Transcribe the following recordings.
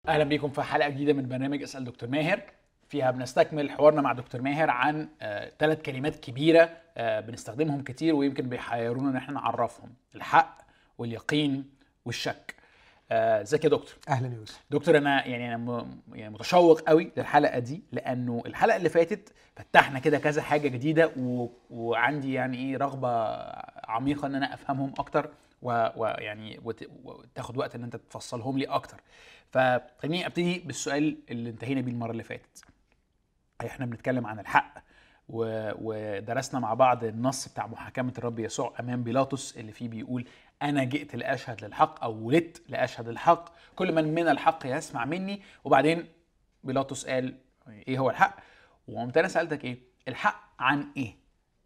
اهلا بيكم في حلقه جديده من برنامج اسال دكتور ماهر. فيها بنستكمل حوارنا مع دكتور ماهر عن 3 كلمات كبيره بنستخدمهم كتير ويمكن بيحيرونا ان احنا نعرفهم: الحق واليقين والشك. ازيك يا دكتور؟ اهلا يوسف. دكتور، انا متشوق قوي للحلقه ددي، لانه الحلقه اللي فاتت فتحنا كده كذا حاجه جديده وعندي يعني ايه رغبه عميقه ان انا افهمهم اكتر ويعني وتاخد وقت ان انت تفصلهم لي اكتر. فخليني ابتدي بالسؤال اللي انتهينا بيه المره اللي فاتت. احنا بنتكلم عن الحق ودرسنا مع بعض النص بتاع محاكمه الرب يسوع امام بيلاطس اللي فيه بيقول: انا جئت لاشهد للحق، او ولدت لاشهد الحق، كل من الحق يسمع مني. وبعدين بيلاطس قال: ايه هو الحق؟ وقمت انا سالتك: ايه الحق عن ايه؟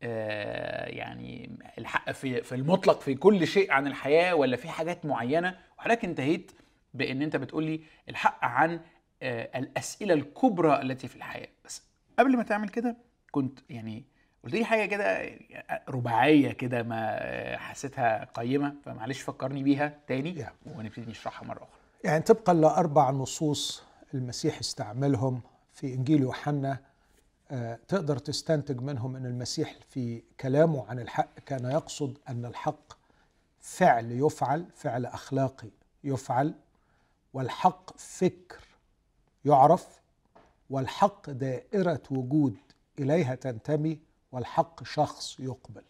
يعني الحق في المطلق في كل شيء عن الحياه، ولا في حاجات معينه؟ وحضرتك انتهيت بان انت بتقولي الحق عن الاسئله الكبرى التي في الحياه. بس قبل ما تعمل كده كنت يعني قلت لي حاجه كده رباعيه كده، ما حسيتها قيمه، فمعلش فكرني بيها تاني ونبتدي نشرحها مره اخرى. يعني طبقا ل4 نصوص المسيح استعملهم في انجيل يوحنا، تقدر تستنتج منهم ان المسيح في كلامه عن الحق كان يقصد ان الحق فعل يفعل، فعل اخلاقي يفعل، والحق فكر يعرف، والحق دائرة وجود إليها تنتمي، والحق شخص يقبل.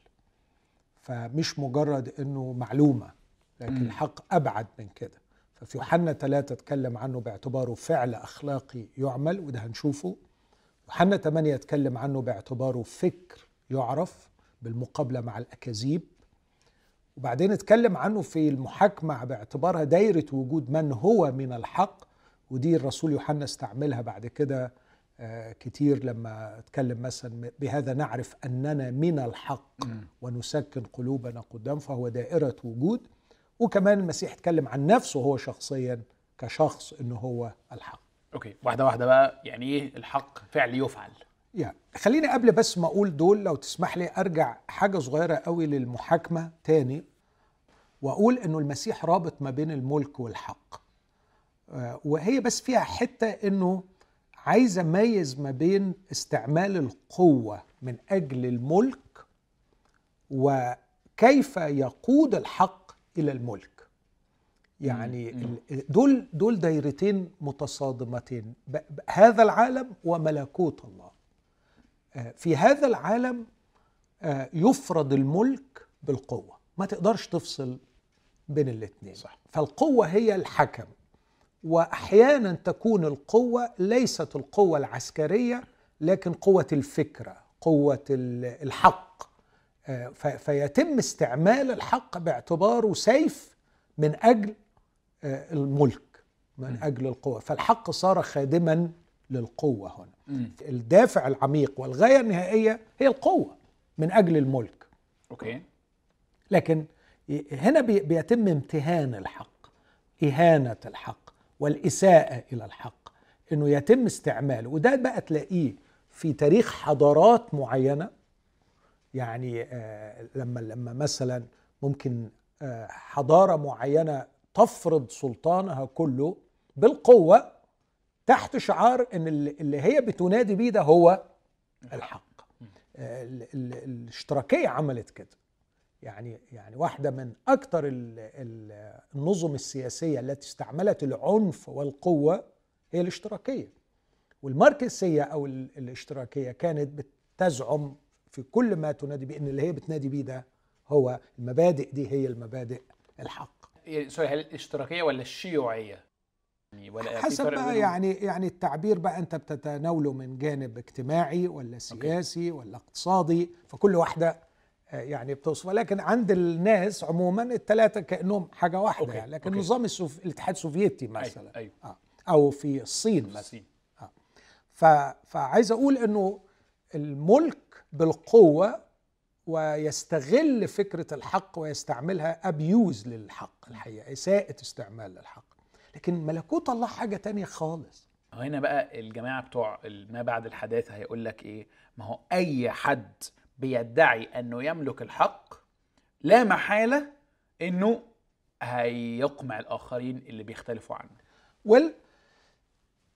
فمش مجرد انه معلومة، لكن الحق ابعد من كده. ففي يوحنا 3 اتكلم عنه باعتباره فعل اخلاقي يعمل، وده هنشوفه. يوحنا 8 اتكلم عنه باعتباره فكر يعرف بالمقابلة مع الاكاذيب. وبعدين اتكلم عنه في المحاكمة باعتبارها دايرة وجود من هو من الحق، ودي الرسول يوحنا استعملها بعد كده كتير لما اتكلم مثلا: بهذا نعرف أننا من الحق ونسكن قلوبنا قدام. فهو دائرة وجود. وكمان المسيح اتكلم عن نفسه هو شخصيا كشخص انه هو الحق. اوكي، واحده واحده بقى. يعني ايه الحق فعل يفعل؟ يعني خليني قبل بس ما اقول دول، لو تسمح لي ارجع حاجة صغيرة قوي للمحاكمة تاني، واقول انه المسيح رابط ما بين الملك والحق. وهي بس فيها حتة انه عايز اميز ما بين استعمال القوة من اجل الملك وكيف يقود الحق الى الملك. يعني دول دايرتين متصادمتين، هذا العالم وملكوت الله. في هذا العالم يفرض الملك بالقوة، ما تقدرش تفصل بين الاثنين. فالقوة هي الحكم، وأحيانا تكون القوة ليست القوة العسكرية، لكن قوة الفكرة، قوة الحق. فيتم استعمال الحق باعتباره سيف من أجل الملك، من أجل القوة. فالحق صار خادما للقوة هنا. الدافع العميق والغاية النهائية هي القوة من أجل الملك. أوكي. لكن هنا بيتم امتهان الحق، إهانة الحق، والإساءة إلى الحق، إنه يتم استعماله. وده بقى تلاقيه في تاريخ حضارات معينة. يعني لما مثلا ممكن حضارة معينة تفرض سلطانها كله بالقوة تحت شعار إن اللي هي بتنادي بيه ده هو الحق. الاشتراكية عملت كده. يعني واحدة من أكثر النظم السياسية التي استعملت العنف والقوة هي الاشتراكية. والماركسية أو الاشتراكية كانت بتزعم في كل ما تنادي بيه إن اللي هي بتنادي بيه ده هو المبادئ دي، هي المبادئ الحق. سوري، هل الاشتراكية ولا الشيوعية؟ ولا حسب بقى يعني التعبير بقى أنت بتتناوله من جانب اجتماعي ولا سياسي ولا اقتصادي، فكل واحدة يعني بتوصف. لكن عند الناس عموما الثلاثة كأنهم حاجة واحدة. يعني لكن نظام الاتحاد السوفيتي مثلا أو في الصين مثلا. فعايز أقول أنه الملك بالقوة ويستغل فكرة الحق ويستعملها أبيوز للحق، الحقيقة إساءة استعمال للحق. لكن ملكوت الله حاجة تانية خالص. هنا بقى الجماعة بتوع ما بعد الحداثة هيقول لك إيه؟ ما هو أي حد بيدعي أنه يملك الحق لا محالة أنه هيقمع الآخرين اللي بيختلفوا عنه.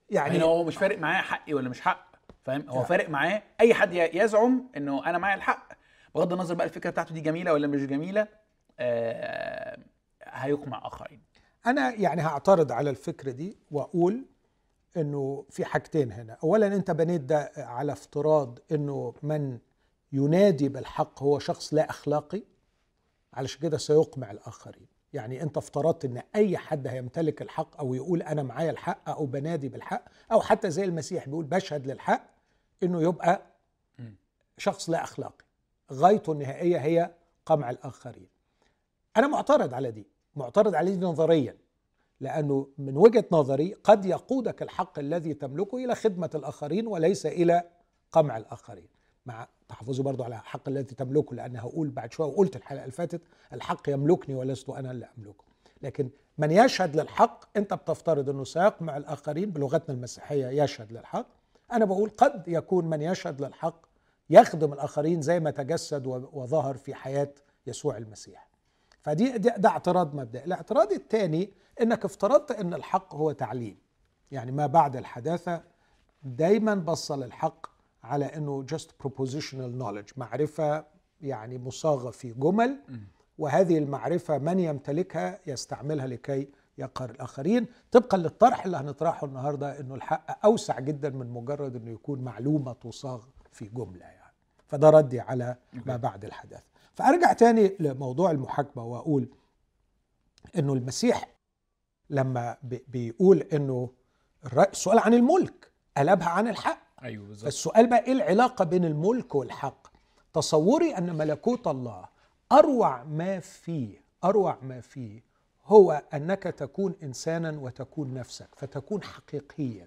يعني هو مش فارق معاه حقي ولا مش حق، فاهم؟ هو فارق معاه اي حد يزعم انه انا معايا الحق، بغض النظر بقى الفكره بتاعته دي جميله ولا مش جميله، هيقمع اخرين. انا يعني هعترض على الفكره دي واقول انه في حاجتين هنا. اولا انت بنيت ده على افتراض انه من ينادي بالحق هو شخص لا اخلاقي، علشان كده سيقمع الاخرين. يعني انت افترضت ان اي حد هيمتلك الحق او يقول انا معايا الحق او بنادي بالحق، او حتى زي المسيح بيقول بشهد للحق، انه يبقى شخص لا اخلاقي غايته النهائيه هي قمع الاخرين. انا معترض على دي، معترض على دي نظريا، لانه من وجهه نظري قد يقودك الحق الذي تملكه الى خدمه الاخرين وليس الى قمع الاخرين. مع تحفظوا برضو على الحق الذي تملكه، لأن هقول بعد شوية وقلت الحلقة اللي فاتت الحق يملكني ولست أنا اللي أملكه. لكن من يشهد للحق أنت بتفترض أنه سيقمع الآخرين، بلغتنا المسيحية يشهد للحق. أنا بقول قد يكون من يشهد للحق يخدم الآخرين زي ما تجسد وظهر في حياة يسوع المسيح. ده اعتراض مبدئي. الاعتراض الثاني أنك افترضت أن الحق هو تعليم، يعني ما بعد الحداثة دايما بصل الحق على أنه just propositional knowledge، معرفة يعني مصاغة في جمل، وهذه المعرفة من يمتلكها يستعملها لكي يقهر الآخرين، طبقا للطرح اللي هنطرحه النهاردة أنه الحق أوسع جدا من مجرد أنه يكون معلومة تصاغ في جملة يعني. فده ردي على ما بعد الحداث. فأرجع تاني لموضوع المحاكمة وأقول أنه المسيح لما بيقول أنه السؤال عن الملك قلبها عن الحق. أيوة بالظبط. السؤال بقى إيه العلاقة بين الملك والحق؟ تصوري أن ملكوت الله أروع ما فيه هو أنك تكون إنسانا وتكون نفسك فتكون حقيقيا.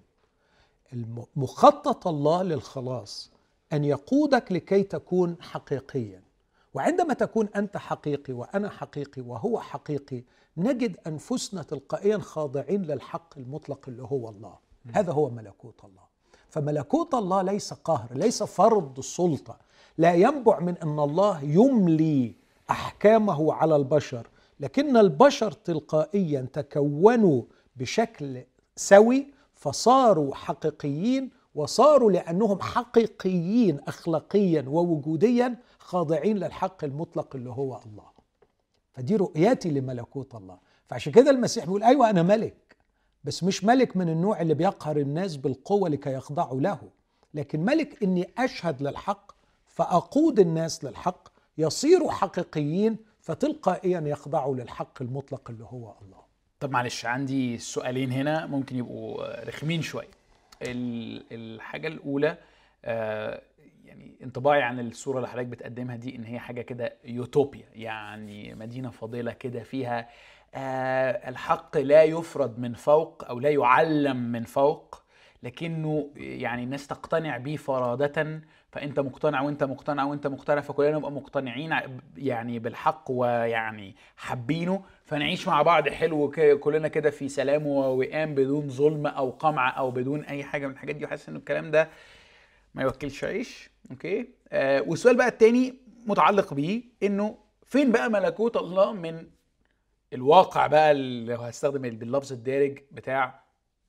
مخطط الله للخلاص أن يقودك لكي تكون حقيقيا، وعندما تكون أنت حقيقي وأنا حقيقي وهو حقيقي نجد أنفسنا تلقائيا خاضعين للحق المطلق اللي هو الله. هذا هو ملكوت الله. فملكوت الله ليس قهر، ليس فرض سلطة، لا ينبع من أن الله يملي أحكامه على البشر، لكن البشر تلقائيا تكونوا بشكل سوي فصاروا حقيقيين، وصاروا لأنهم حقيقيين أخلاقيا ووجوديا خاضعين للحق المطلق اللي هو الله. فدي رؤيتي لملكوت الله. فعشان كده المسيح بيقول أيوة أنا ملك، بس مش ملك من النوع اللي بيقهر الناس بالقوة لكي يخضعوا له، لكن ملك إني أشهد للحق فأقود الناس للحق يصيروا حقيقيين فتلقائيا يخضعوا للحق المطلق اللي هو الله. طب معلش عندي سؤالين هنا ممكن يبقوا رخمين شوية. الحاجة الأولى يعني انطباعي عن الصورة اللي حضرتك بتقدمها دي إن هي حاجة كده يوتوبيا، يعني مدينة فاضلة كده فيها الحق لا يفرض من فوق أو لا يعلم من فوق، لكنه يعني الناس تقتنع به فرادة، فأنت مقتنع وأنت مقتنع وأنت مقتنع، فكلنا نبقى مقتنعين يعني بالحق ويعني حابينه، فنعيش مع بعض حلو كلنا كده في سلام ووئام بدون ظلم أو قمع أو بدون أي حاجة من الحاجات دي. وحاسس إنه الكلام ده ما يوكلش عيش. أوكي. والسؤال بقى التاني متعلق بيه إنه فين بقى ملكوت الله من الواقع بقى اللي هستخدم باللفظ الدارج بتاع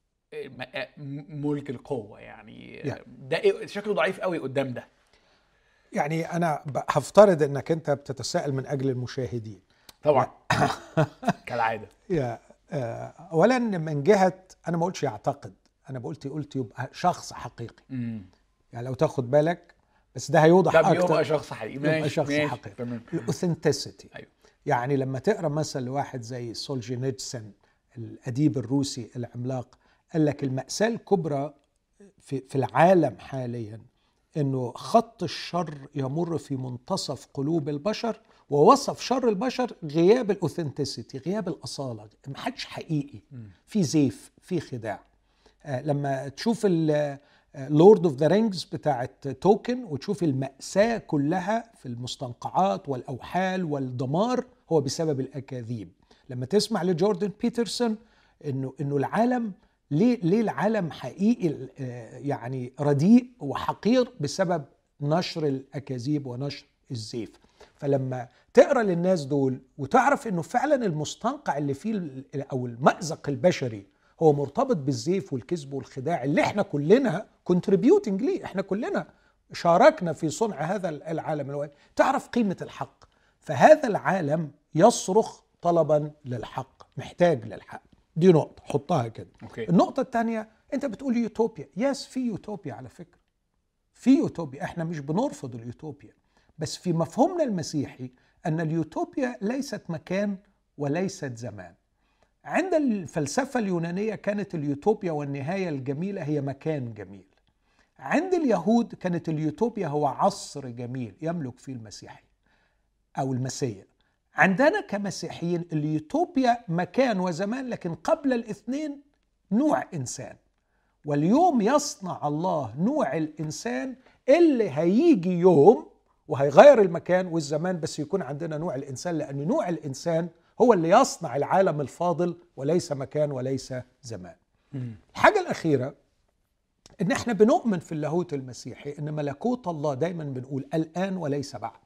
ملك القوة يعني ده شكله ضعيف قوي قدام ده. يعني أنا هفترض أنك أنت بتتساءل من أجل المشاهدين طبعا كالعادة. أولا من جهة أنا ما قلتش يعتقد، أنا قلت يبقى شخص حقيقي. يعني لو تاخد بالك بس ده هيوضح أكتر. يبقى شخص حقيقي. يبقى شخص حقيقي. الأوثنتسيتي. أيوه. يعني لما تقرأ مثلا لواحد زي سولجينيتسن الأديب الروسي العملاق، قال لك المأساة الكبرى في العالم حاليا أنه خط الشر يمر في منتصف قلوب البشر، ووصف شر البشر غياب الأوثنتسيتي، غياب الأصالة، محدش حقيقي، في زيف، في خداع. لما تشوف لورد اوف ذا رينجز بتاعت توكن وتشوف المأساة كلها في المستنقعات والأوحال والدمار هو بسبب الأكاذيب. لما تسمع لجوردن بيترسون إنه العالم ليه العالم حقيقي يعني رديء وحقير بسبب نشر الأكاذيب ونشر الزيف. فلما تقرأ للناس دول وتعرف إنه فعلا المستنقع اللي فيه أو المأزق البشري هو مرتبط بالزيف والكذب والخداع اللي احنا كلنا contributing ليه، احنا كلنا شاركنا في صنع هذا العالم. تعرف قيمة الحق، فهذا العالم يصرخ طلبا للحق، محتاج للحق. دي نقطة حطها كده. النقطة الثانية، انت بتقول يوتوبيا. يس، في يوتوبيا على فكرة، في يوتوبيا، احنا مش بنرفض اليوتوبيا، بس في مفهومنا المسيحي أن اليوتوبيا ليست مكان وليست زمان. عند الفلسفة اليونانية كانت اليوتوبيا والنهاية الجميلة هي مكان جميل. عند اليهود كانت اليوتوبيا هو عصر جميل يملك فيه المسيحي أو المسيح. عندنا كمسيحيين اليوتوبيا مكان وزمان، لكن قبل الاثنين نوع إنسان. واليوم يصنع الله نوع الإنسان اللي هيجي يوم وهيغير المكان والزمان، بس يكون عندنا نوع الإنسان، لأن نوع الإنسان هو اللي يصنع العالم الفاضل وليس مكان وليس زمان. الحاجة الأخيرة إن احنا بنؤمن في اللاهوت المسيحي إن ملكوت الله دايما بنقول الآن وليس بعد.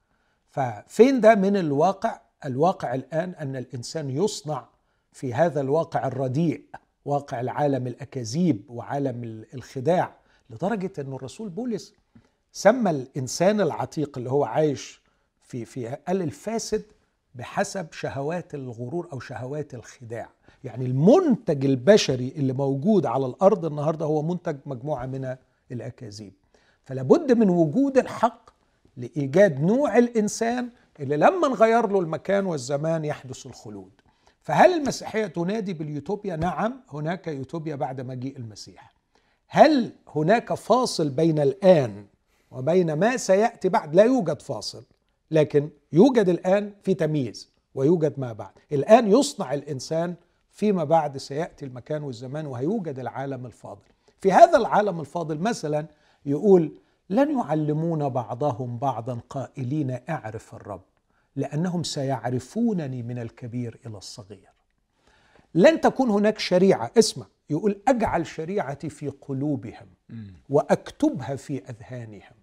ففين ده من الواقع؟ الواقع الآن أن الإنسان يصنع في هذا الواقع الرديء، واقع العالم الأكاذيب وعالم الخداع، لدرجة أن الرسول بولس سمى الإنسان العتيق اللي هو عايش في قال الفاسد بحسب شهوات الغرور أو شهوات الخداع. يعني المنتج البشري اللي موجود على الأرض النهاردة هو منتج مجموعة من الأكاذيب. فلابد من وجود الحق لإيجاد نوع الإنسان اللي لما نغير له المكان والزمان يحدث الخلود. فهل المسيحية تنادي باليوتوبيا؟ نعم، هناك يوتوبيا بعد مجيء المسيح. هل هناك فاصل بين الآن وبين ما سيأتي بعد؟ لا يوجد فاصل، لكن يوجد الآن في تمييز ويوجد ما بعد. الآن يصنع الإنسان، فيما بعد سيأتي المكان والزمان وهيوجد العالم الفاضل. في هذا العالم الفاضل مثلا يقول لن يعلمون بعضهم بعضا قائلين اعرف الرب، لأنهم سيعرفونني من الكبير إلى الصغير. لن تكون هناك شريعة، اسمع، يقول أجعل شريعتي في قلوبهم وأكتبها في أذهانهم.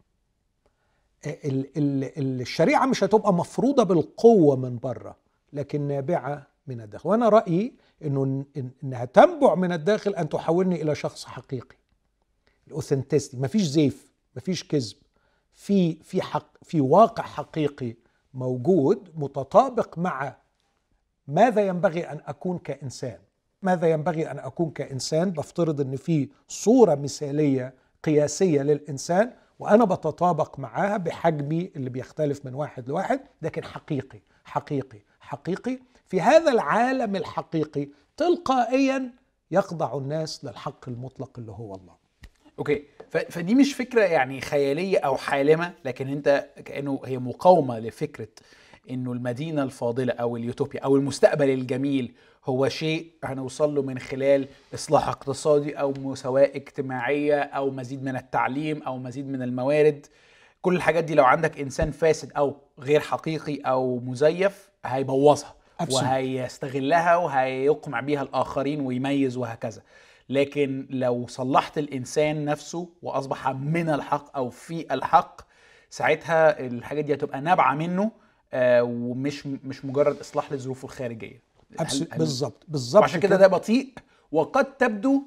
الشريعة مش هتبقى مفروضة بالقوة من بره، لكن نابعة من الداخل. وأنا رأيي إنها تنبع من الداخل أن تحولني إلى شخص حقيقي. الأوثنتستي، مفيش زيف، مفيش كذب، في حق، في واقع حقيقي موجود متطابق مع ماذا ينبغي أن أكون كإنسان. ماذا ينبغي أن أكون كإنسان؟ بفترض أن في صورة مثالية قياسية للإنسان وأنا بتطابق معاها بحجمي اللي بيختلف من واحد لواحد، لكن حقيقي حقيقي حقيقي. في هذا العالم الحقيقي تلقائيا يخضع الناس للحق المطلق اللي هو الله. اوكي، فدي مش فكرة يعني خيالية او حالمة، لكن انت كأنه هي مقاومة لفكرة انه المدينة الفاضلة او اليوتوبيا او المستقبل الجميل هو شيء هنوصل له من خلال اصلاح اقتصادي او مساواة اجتماعية او مزيد من التعليم او مزيد من الموارد. كل الحاجات دي لو عندك انسان فاسد او غير حقيقي او مزيف هيبوظها وهيستغلها وهيقمع بيها الاخرين ويميز وهكذا. لكن لو صلحت الإنسان نفسه وأصبح من الحق أو في الحق، ساعتها الحاجات دي هتبقى نابعة منه ومش مجرد إصلاح لظروفه الخارجية. بالضبط. وعشان كده ده بطيء وقد تبدو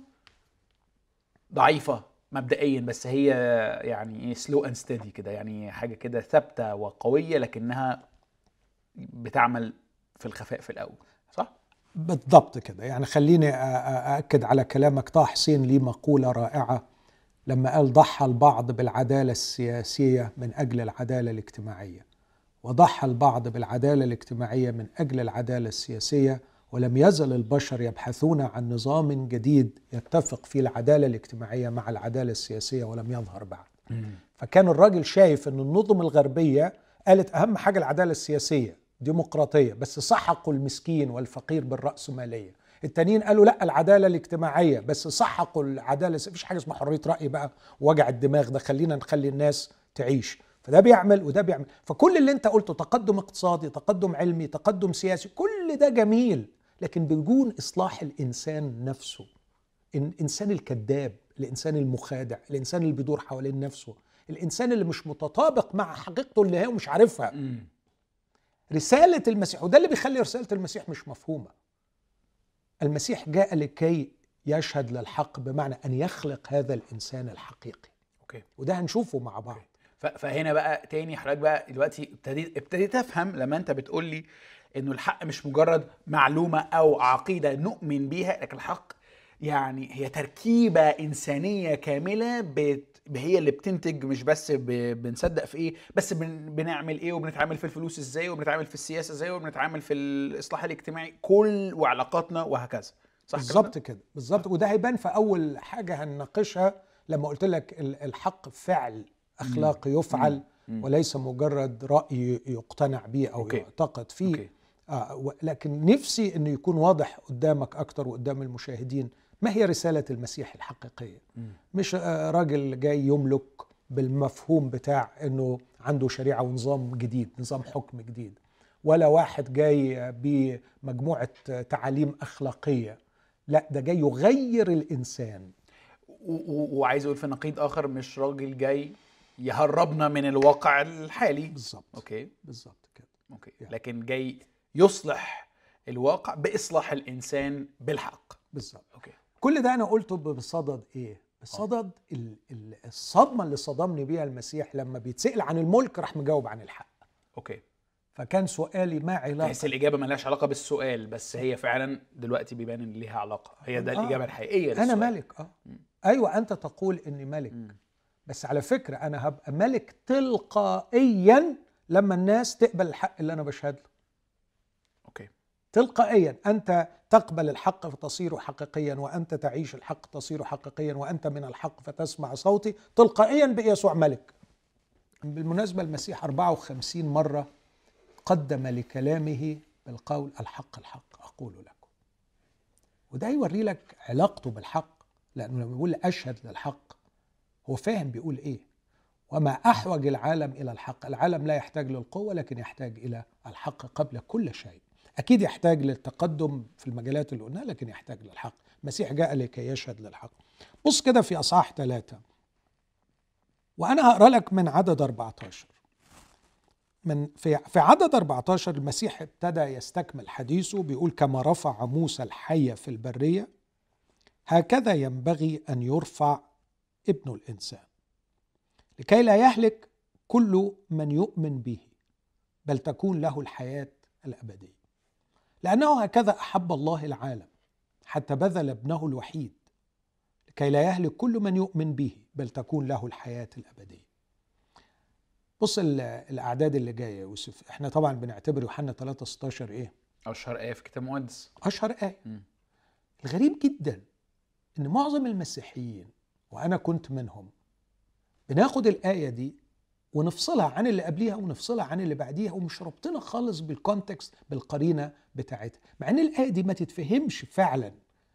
ضعيفة مبدئيا، بس هي يعني slow and steady كده، يعني حاجة كده ثابتة وقوية لكنها بتعمل في الخفاء في الأول، صح؟ بالضبط كده. يعني خليني أأكد على كلامك. طه حسين ليه مقولة رائعة لما قال ضحى البعض بالعدالة السياسية من أجل العدالة الاجتماعية، وضحى البعض بالعدالة الاجتماعية من أجل العدالة السياسية، ولم يزل البشر يبحثون عن نظام جديد يتفق فيه العدالة الاجتماعية مع العدالة السياسية ولم يظهر بعد. فكان الراجل شايف أن النظم الغربية قالت أهم حاجة العدالة السياسية ديمقراطية، بس سحقوا المسكين والفقير بالرأسمالية. التانيين قالوا لا العدالة الاجتماعية، بس سحقوا العدالة. مفيش حاجة اسمها حرية رأي بقى ووجع الدماغ ده، خلينا نخلي الناس تعيش. فده بيعمل وده بيعمل. فكل اللي انت قلته، تقدم اقتصادي، تقدم علمي، تقدم سياسي، كل ده جميل، لكن بدون إصلاح الإنسان نفسه، الإنسان الكذاب، الإنسان المخادع، الإنسان اللي بيدور حوالين نفسه، الإنسان اللي مش متطابق مع حقيقته اللي هو مش عارفها. رسالة المسيح، وده اللي بيخلي رسالة المسيح مش مفهومة. المسيح جاء لكي يشهد للحق، بمعنى أن يخلق هذا الإنسان الحقيقي. اوكي. وده هنشوفه مع بعض. فهنا بقى تاني حضرتك بقى دلوقتي ابتديت افهم لما انت بتقول لي انه الحق مش مجرد معلومه او عقيده نؤمن بيها، لكن الحق يعني هي تركيبه انسانيه كامله هي اللي بتنتج، مش بس بنصدق في ايه، بس بنعمل ايه، وبنتعامل في الفلوس ازاي، وبنتعامل في السياسه ازاي، وبنتعامل في الاصلاح الاجتماعي وعلاقاتنا وهكذا. صح بالظبط كده، بالظبط. وده هيبان في اول حاجه هنناقشها لما قلت لك الحق فعل اخلاقي يفعل وليس مجرد راي يقتنع به او يعتقد فيه. لكن نفسي انه يكون واضح قدامك اكتر وقدام المشاهدين ما هي رساله المسيح الحقيقيه. مش راجل جاي يملك بالمفهوم بتاع انه عنده شريعه ونظام جديد، نظام حكم جديد، ولا واحد جاي بمجموعه تعاليم اخلاقيه. لا، ده جاي يغير الانسان. وعايز اقول في نقيض اخر، مش راجل جاي يهربنا من الواقع الحالي. بالظبط. اوكي، بالظبط كده. اوكي يعني. لكن جاي يصلح الواقع باصلاح الانسان بالحق. بالظبط. اوكي. كل ده انا قلته بصدد ايه؟ بصدد الصدمه اللي صدمني بيها المسيح لما بيتسأل عن الملك راح مجاوب عن الحق. اوكي. فكان سؤالي ما علاقه، تحس الاجابه ما لهاش علاقه بالسؤال، بس هي فعلا دلوقتي بيبان ان ليها علاقه. هي ده الاجابه الحقيقيه للسؤال. انا ملك. ايوه، انت تقول اني ملك. بس على فكره انا هبقى ملك تلقائيا لما الناس تقبل الحق اللي انا بشهد له. اوكي. تلقائيا انت تقبل الحق فتصير حقيقيا، وانت تعيش الحق تصير حقيقيا، وانت من الحق فتسمع صوتي. تلقائيا بيسوع ملك. بالمناسبه المسيح 54 مره قدم لكلامه بالقول الحق الحق أقول لكم. وده يوري لك علاقته بالحق، لأنه لما بيقول أشهد للحق هو فاهم بيقول إيه. وما أحوج العالم إلى الحق. العالم لا يحتاج للقوة، لكن يحتاج إلى الحق قبل كل شيء. أكيد يحتاج للتقدم في المجالات اللي قلناها، لكن يحتاج للحق. المسيح جاء لكي يشهد للحق. بص كده في أصحاح 3، وأنا هقرأ لك من عدد 14. في عدد 14 المسيح ابتدى يستكمل حديثه، بيقول كما رفع موسى الحية في البرية هكذا ينبغي أن يرفع ابن الإنسان، لكي لا يهلك كل من يؤمن به، بل تكون له الحياة الأبدية. لأنه هكذا أحب الله العالم حتى بذل ابنه الوحيد، لكي لا يهلك كل من يؤمن به، بل تكون له الحياة الأبدية. بص الأعداد اللي جاية يا يوسف. احنا طبعا بنعتبر يوحنا 3:16 ايه؟ أشهر آية في كتاب المقدس. أشهر آية. الغريب جدا إن معظم المسيحيين وأنا كنت منهم بناخد الآية دي ونفصلها عن اللي قبليها ونفصلها عن اللي بعديها، ومش ربطنا خالص بالكونتكست، بالقرينة بتاعتها، مع إن الآية دي ما تتفهمش فعلا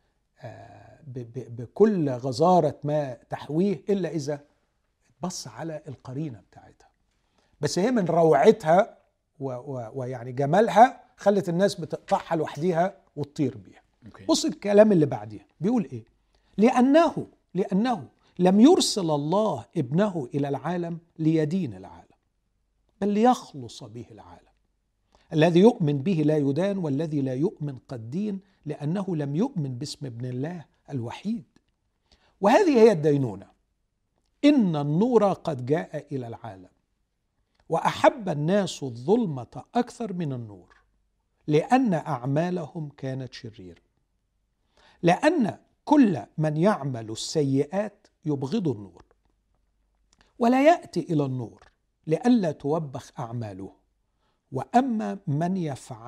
بكل غزارة ما تحويه إلا إذا بص على القرينة بتاعتها. بس هي من روعتها ويعني جمالها خلت الناس بتقطعها لوحديها وتطير بيها. بص الكلام اللي بعديها بيقول ايه؟ لأنه لم يرسل الله ابنه إلى العالم ليدين العالم، بل ليخلص به العالم. الذي يؤمن به لا يدان، والذي لا يؤمن قد دين، لأنه لم يؤمن باسم ابن الله الوحيد. وهذه هي الدينونة، إن النور قد جاء إلى العالم، وأحب الناس الظلمة أكثر من النور، لأن أعمالهم كانت شريرة. لأن كل من يعمل السيئات يبغض النور، ولا يأتي إلى النور لئلا توبخ أعماله. وأما من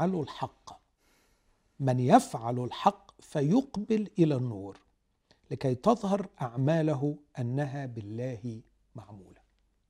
يفعل الحق فيقبل إلى النور، لكي تظهر أعماله أنها بالله معمولة.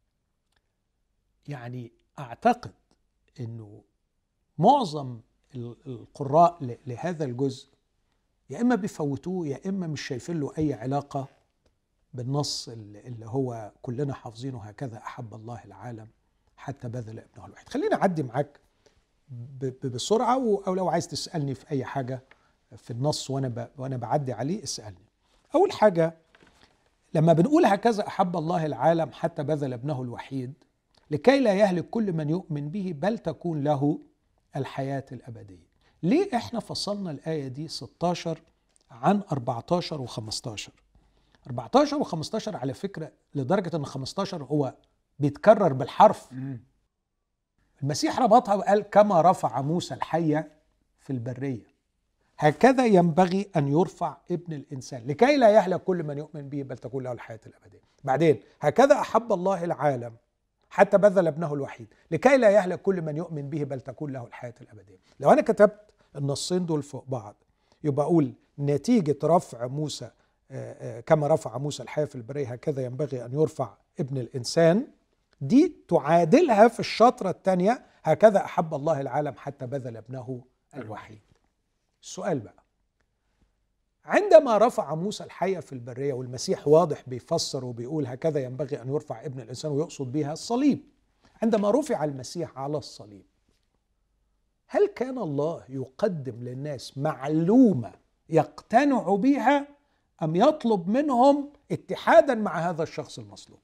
يعني أعتقد أنه معظم القراء لهذا الجزء يا إما بيفوتوه يا إما مش شايفين له أي علاقة بالنص اللي هو كلنا حافظينه، هكذا أحب الله العالم حتى بذل ابنه الوحيد. خلينا أعدي معاك بسرعة، أو لو عايز تسألني في أي حاجة في النص وأنا بعدي عليه اسألني. أول حاجة لما بنقول هكذا أحب الله العالم حتى بذل ابنه الوحيد لكي لا يهلك كل من يؤمن به، بل تكون له الحياة الأبدية. ليه احنا فصلنا الآية دي 16 عن 14 و15؟ 14 و15 على فكرة لدرجة ان 15 هو بيتكرر بالحرف. المسيح ربطها وقال كما رفع موسى الحية في البرية هكذا ينبغي أن يرفع ابن الإنسان لكي لا يهلك كل من يؤمن به بل تكون له الحياة الأبدية. بعدين هكذا أحب الله العالم حتى بذل ابنه الوحيد لكي لا يهلك كل من يؤمن به بل تكون له الحياة الأبدية. لو أنا كتبت النصين دول فوق بعض يبقى أقول نتيجة رفع موسى كما رفع موسى الحياة في البرية هكذا ينبغي أن يرفع ابن الإنسان، دي تعادلها في الشطرة الثانية هكذا أحب الله العالم حتى بذل ابنه الوحيد. السؤال بقى، عندما رفع موسى الحية في البرية والمسيح واضح بيفسر وبيقول هكذا ينبغي أن يرفع ابن الإنسان ويقصد بها الصليب، عندما رفع المسيح على الصليب هل كان الله يقدم للناس معلومة يقتنعوا بها أم يطلب منهم اتحادا مع هذا الشخص المصلوب؟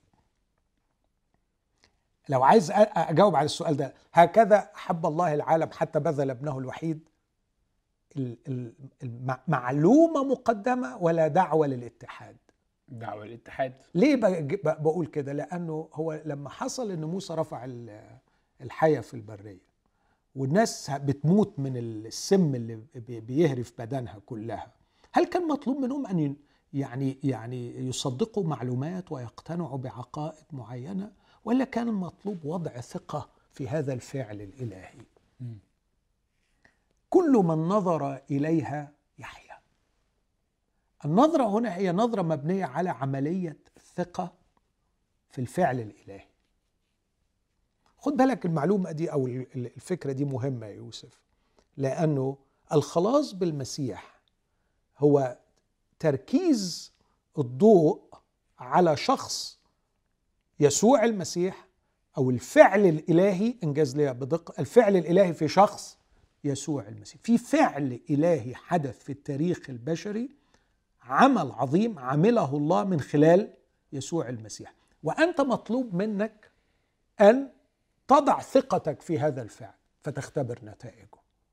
لو عايز أجاوب على السؤال ده، هكذا أحب الله العالم حتى بذل ابنه الوحيد، معلومة مقدمة ولا دعوة للاتحاد؟ دعوة للاتحاد. ليه بقول كده؟ لأنه هو لما حصل أن موسى رفع الحية في البرية والناس بتموت من السم اللي بيهرف بدنها كلها، هل كان مطلوب منهم أن يعني يصدقوا معلومات ويقتنعوا بعقائد معينة، ولا كان المطلوب وضع ثقة في هذا الفعل الإلهي؟ كل من نظر إليها يحيا. النظرة هنا هي نظرة مبنية على عملية الثقة في الفعل الإلهي. خد بالك المعلومة دي أو الفكرة دي مهمة يا يوسف، لأنه الخلاص بالمسيح هو تركيز الضوء على شخص يسوع المسيح، أو الفعل الإلهي، إنجاز ليها بدقة، الفعل الإلهي في شخص يسوع المسيح. في فعل إلهي حدث في التاريخ البشري، عمل عظيم عمله الله من خلال يسوع المسيح، وأنت مطلوب منك أن تضع ثقتك في هذا الفعل فتختبر نتائجه.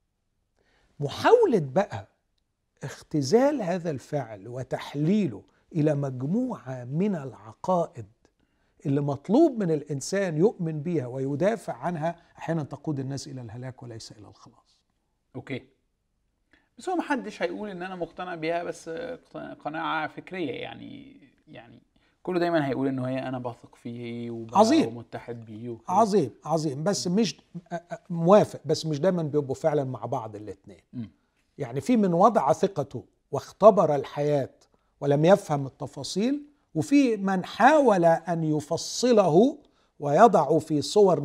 محاولة بقى اختزال هذا الفعل وتحليله إلى مجموعة من العقائد اللي مطلوب من الإنسان يؤمن بها ويدافع عنها، أحيانا تقود الناس إلى الهلاك وليس إلى الخلاص. أوكي، بس هو محدش هيقول إن أنا مقتنع بيها بس قناعة فكرية، يعني كله دايما هيقول إنه هي أنا بثق فيه ومتحد بيه. عظيم بس مش موافق، بس مش دايما بيبقوا فعلا مع بعض الاثنين. يعني في من وضع ثقته واختبر الحياة ولم يفهم التفاصيل، وفي من حاول أن يفصله ويضع في صور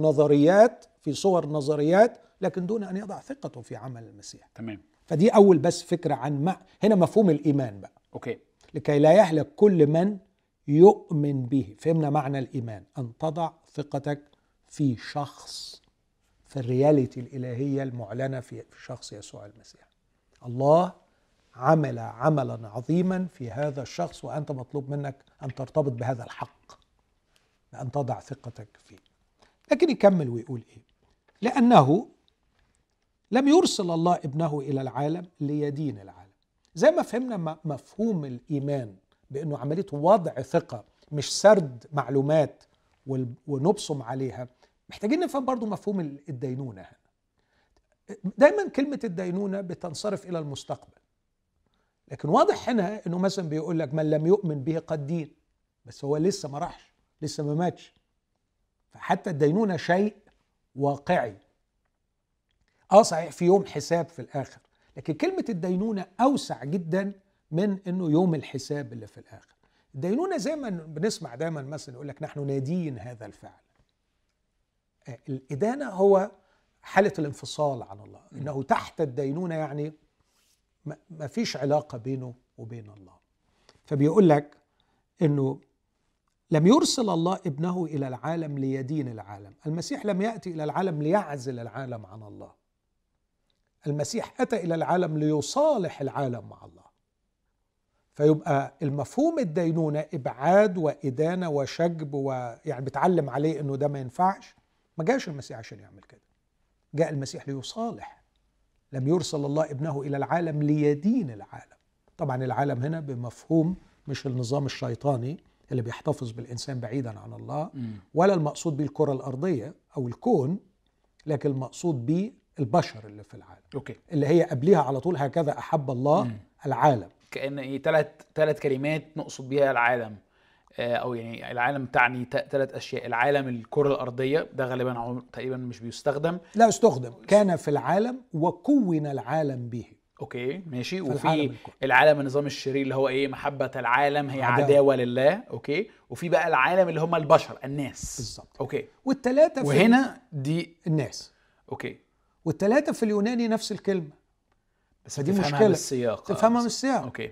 نظريات لكن دون أن يضع ثقته في عمل المسيح. تمام. فدي أول بس فكرة عن هنا مفهوم الإيمان بقى. أوكي. لكي لا يهلك كل من يؤمن به. فهمنا معنى الإيمان، أن تضع ثقتك في شخص، في الرياليتي الإلهية المعلنة في شخص يسوع المسيح. الله عمل عملا عظيما في هذا الشخص، وأنت مطلوب منك أن ترتبط بهذا الحق، أن تضع ثقتك فيه. لكن يكمل ويقول إيه؟ لأنه لم يرسل الله ابنه إلى العالم ليدين العالم. زي ما فهمنا مفهوم الإيمان بأنه عملية وضع ثقة مش سرد معلومات ونبصم عليها، محتاجين نفهم برضو مفهوم الدينونة هنا. دايما كلمة الدينونة بتنصرف إلى المستقبل، لكن واضح هنا أنه مثلا بيقول لك من لم يؤمن به قد دين، بس هو لسه ما راحش، لسه ما ماتش. فحتى الدينونة شيء واقعي. صحيح في يوم حساب في الآخر، لكن كلمة الدينونة أوسع جدا من أنه يوم الحساب اللي في الآخر. الدينونة زي ما بنسمع دايما مثلا يقول لك نحن نادين هذا الفعل. الإدانة هو حالة الانفصال عن الله، إنه تحت الدينونة، يعني ما فيش علاقة بينه وبين الله. فبيقول لك إنه لم يرسل الله ابنه إلى العالم ليدين العالم. المسيح لم يأتي إلى العالم ليعزل العالم عن الله، المسيح أتى إلى العالم ليصالح العالم مع الله. فيبقى المفهوم الدينونة إبعاد وإدانة وشجب، ويعني بتعلم عليه إنه ده ما ينفعش. ما جاش المسيح عشان يعمل كده، جاء المسيح ليصالح لم يرسل الله ابنه إلى العالم ليدين العالم. طبعا العالم هنا بمفهوم مش النظام الشيطاني اللي بيحتفظ بالإنسان بعيدا عن الله، ولا المقصود به الكرة الأرضية أو الكون، لكن المقصود به البشر اللي في العالم. اللي هي قبلها على طول هكذا أحب الله العالم. كأن ايه ثلاث كلمات نقصد بيها العالم، او يعني العالم تعني ثلاث اشياء. العالم الكرة الارضية ده غالبا تقريبا مش بيستخدم، لا استخدم، كان في العالم وكون العالم به. اوكي ماشي. وفي العالم النظام الشرير اللي هو ايه، محبة العالم هي عداوة لله. اوكي. وفي بقى العالم اللي هم البشر، الناس بالظبط. اوكي. والثلاثة وهنا دي الناس. اوكي. والثلاثة في اليوناني نفس الكلمة، بس دي مشكلة بالسياق. تفهمها من السياق. اوكي.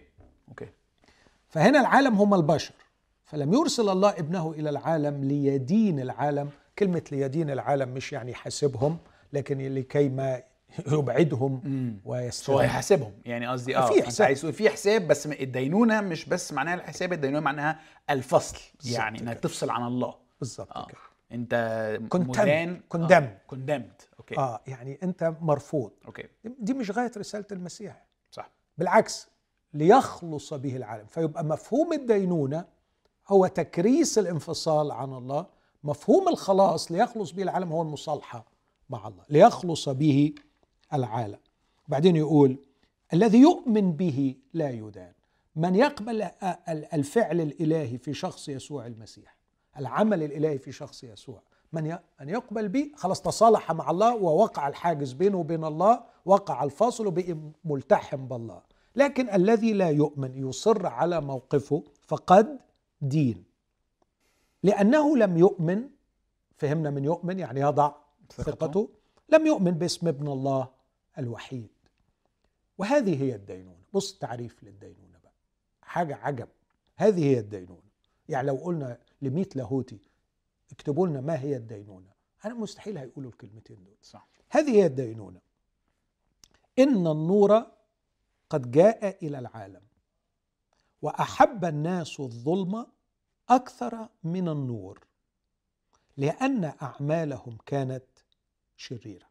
فهنا العالم هم البشر، فلم يرسل الله ابنه إلى العالم ليدين العالم. كلمة ليدين العالم مش يعني يحاسبهم، لكن لكي ما يبعدهم ويستهزئ. هو يحاسبهم يعني، قصدي في حساب، بس الدينونة مش بس معناها الحساب، الدينونة معناها الفصل، يعني انك تفصل عن الله. بالظبط كده. انت مدان كوندمد. اوكي. يعني انت مرفوض. اوكي. دي مش غاية رسالة المسيح. صح. بالعكس، ليخلص به العالم. فيبقى مفهوم الدينونة هو تكريس الانفصال عن الله، مفهوم الخلاص ليخلص به العالم هو المصالحة مع الله، ليخلص به العالم. بعدين يقول الذي يؤمن به لا يدان. من يقبل الفعل الإلهي في شخص يسوع المسيح، العمل الإلهي في شخص يسوع، من يقبل به خلاص تصالح مع الله، ووقع الحاجز بينه وبين الله، وقع الفاصل وبقي ملتحم بالله. لكن الذي لا يؤمن يصر على موقفه فقد دين، لأنه لم يؤمن. فهمنا من يؤمن يعني يضع ثقته. لم يؤمن باسم ابن الله الوحيد. وهذه هي الدينونة. بص تعريف للدينونة بقى، حاجة عجب. هذه هي الدينونة. يعني لو قلنا ل100 لاهوتي اكتبوا لنا ما هي الدينونة، أنا مستحيل هيقولوا الكلمتين دول. صح. هذه هي الدينونة: إن النور قد جاء إلى العالم وأحب الناس الظلم أكثر من النور لأن أعمالهم كانت شريرة.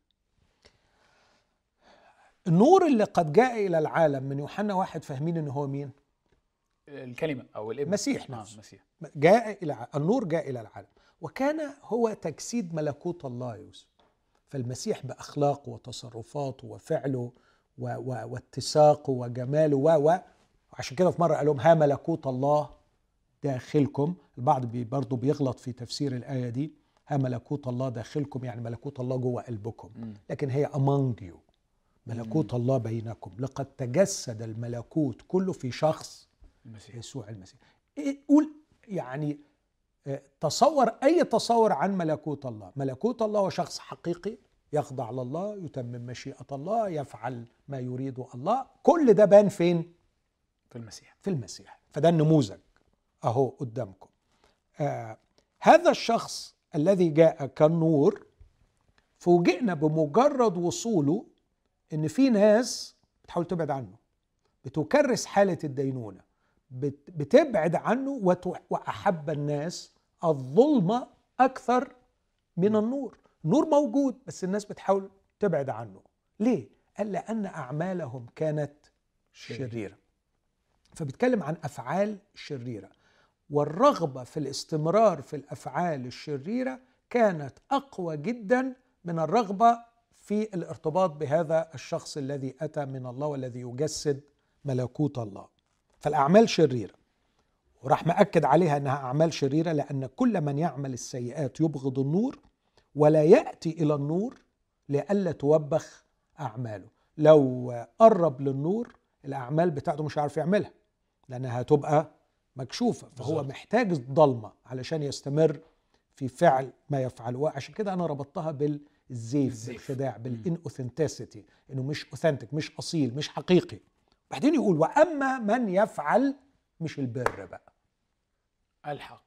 النور اللي قد جاء إلى العالم من يوحنا 1 فاهمين إنه هو مين؟ الكلمة أو الابن، مسيح نفسه. جاء إلى النور جاء إلى العالم، وكان هو تجسيد ملكوت الله يوسف. فالمسيح بأخلاقه وتصرفاته وفعله واتساقه وجماله وعشان كده في مرة قال لهم ها ملكوت الله داخلكم. البعض برضو بيغلط في تفسير الآية دي، ها ملكوت الله داخلكم يعني ملكوت الله جوه قلبكم، لكن هي among you، ملكوت الله بينكم. لقد تجسد الملكوت كله في شخص المسيح. يسوع المسيح. قول يعني تصور أي تصور عن ملكوت الله. ملكوت الله هو شخص حقيقي يخضع لله، يتمم مشيئة الله، يفعل ما يريده الله. كل ده بان فين؟ في المسيح. في المسيح. فده النموذج أهو قدامكم. هذا الشخص الذي جاء كالنور، فوجئنا بمجرد وصوله إن في ناس بتحاول تبعد عنه، بتكرس حالة الدينونة، بتبعد عنه، وأحب الناس الظلم أكثر من النور. النور موجود بس الناس بتحاول تبعد عنه. ليه؟ قال لأن أعمالهم كانت شريرة. فبيتكلم عن أفعال شريرة، والرغبة في الاستمرار في الأفعال الشريرة كانت أقوى جدا من الرغبة في الارتباط بهذا الشخص الذي أتى من الله والذي يجسد ملكوت الله. فالأعمال شريرة، وراح مأكد عليها أنها أعمال شريرة لأن كل من يعمل السيئات يبغض النور ولا يأتي إلى النور لئلا توبخ أعماله. لو قرب للنور الأعمال بتاعته مش عارف يعملها لأنها هتبقى مكشوفة، فهو محتاج الضلمة علشان يستمر في فعل ما يفعله. وعشان كده أنا ربطتها بالزيف، بالخداع، بالإنأوثنتسيتي، إنه مش أوثنتك، مش أصيل، مش حقيقي. بعدين يقول وأما من يفعل مش البر بقى، الحق.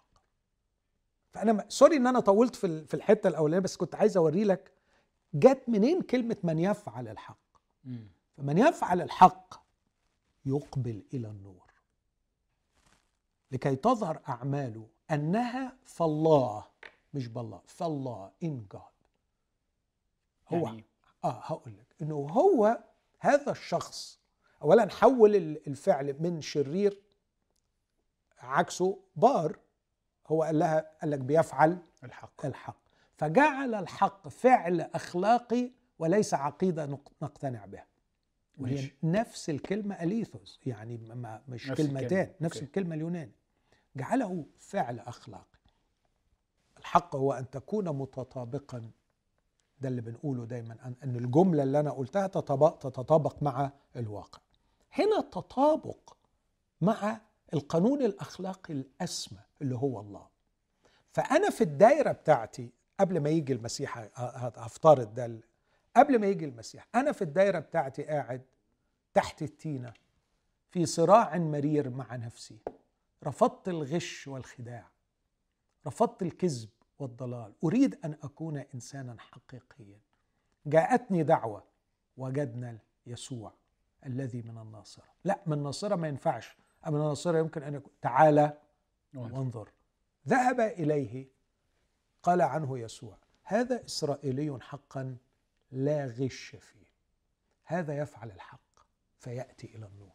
فأنا سوري إن أنا طولت في الحتة الأولانية، بس كنت عايز أوري لك جت منين كلمة من يفعل الحق. فمن يفعل الحق يقبل إلى النور لكي تظهر أعماله أنها فالله، مش بالله، فالله in God. هو يعني هقول لك انه هو هذا الشخص اولا حول الفعل من شرير عكسه بار. هو قال لك بيفعل الحق، فجعل الحق فعل اخلاقي وليس عقيده نقتنع بها. وهي نفس الكلمه اليثوس، يعني مش كلمتين، نفس الكلمه اليوناني. جعله فعل اخلاقي. الحق هو ان تكون متطابقا، ده اللي بنقوله دايما، ان الجمله اللي انا قلتها تتطابق مع الواقع. هنا التطابق مع القانون الاخلاقي الاسمى اللي هو الله. فانا في الدايره بتاعتي قبل ما يجي المسيح، هفترض ده قبل ما يجي المسيح، انا في الدايره بتاعتي قاعد تحت التينه في صراع مرير مع نفسي. رفضت الغش والخداع، رفضت الكذب والضلال، أريد أن أكون إنسانا حقيقيا. جاءتني دعوة، وجدنا يسوع الذي من الناصرة. لا، من الناصرة ما ينفعش، من الناصرة يمكن أن يكون تعالى وانظر. ذهب إليه، قال عنه يسوع: هذا إسرائيلي حقا لا غش فيه، هذا يفعل الحق فيأتي إلى النور،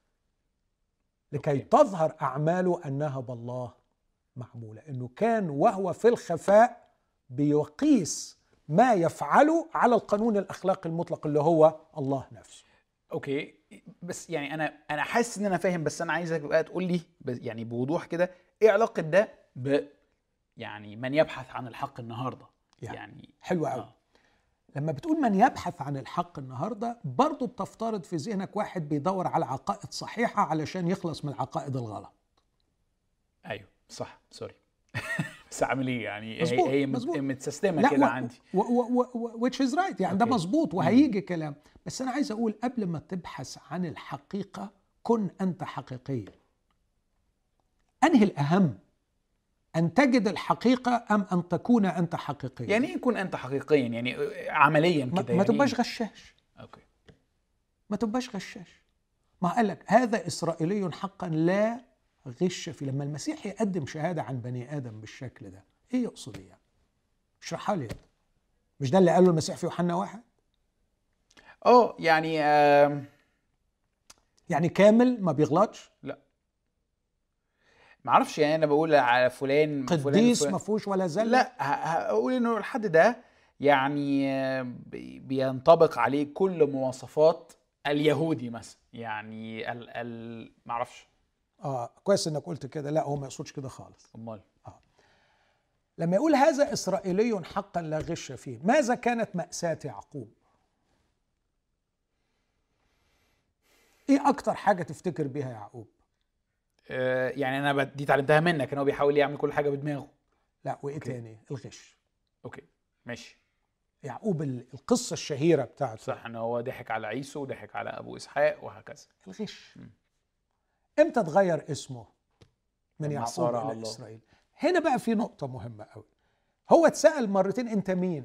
لكي تظهر أعماله أنها بالله معمولة. إنه كان وهو في الخفاء بيقيس ما يفعله على القانون الأخلاقي المطلق اللي هو الله نفسه. اوكي، بس يعني انا حاسس ان انا فاهم، بس انا عايزك بقى تقول لي يعني بوضوح كده ايه علاقه ده يعني من يبحث عن الحق النهارده؟ يعني حلو قوي. لما بتقول من يبحث عن الحق النهارده، برضو بتفترض في ذهنك واحد بيدور على عقائد صحيحه علشان يخلص من العقائد الغلط. ايوه صح، سوري. بس عامل ايه يعني؟ مزبوط. هي متسيستمه كده عندي، which is right، يعني ده مظبوط وهيجي كلام. بس انا عايز اقول قبل ما تبحث عن الحقيقه كن انت حقيقي. انهي الاهم، ان تجد الحقيقه ام ان تكون انت حقيقيا؟ يعني ايه كن انت حقيقيا؟ يعني عمليا كده ما تبقاش غشاش. اوكي، ما تبقاش غشاش. ما قال لك هذا اسرائيلي حقا لا غش فيه. لما المسيح يقدم شهاده عن بني ادم بالشكل ده، ايه يقصد يعني؟ اشرحها لي. مش ده اللي قاله المسيح في يوحنا 1؟ يعني يعني كامل ما بيغلطش؟ لا، ما اعرفش. يعني انا بقول على فلان قديس ما فيهوش ولا زله؟ لا، هقول انه الحد ده يعني بينطبق عليه كل مواصفات اليهودي مثلا، يعني ما اعرفش. كويس انك قلت كده. لا، هو ما يقصدش كده خالص. امال لما يقول هذا اسرائيلي حقا لا غش فيه، ماذا كانت مأساة يعقوب؟ ايه اكتر حاجه تفتكر بيها يعقوب؟ يعني انا دي اتعلمتها منك، ان هو بيحاول يعمل كل حاجه بدماغه. لا، وايه تاني؟ الغش. اوكي ماشي. يعقوب القصه الشهيره بتاعته، صح، ان هو ضحك على عيسو وضحك على ابو اسحاق وهكذا. الغش. امتى اتغير اسمه من يعقوب الى اسرائيل؟ هنا بقى في نقطه مهمه قوي. هو اتسأل مرتين: انت مين؟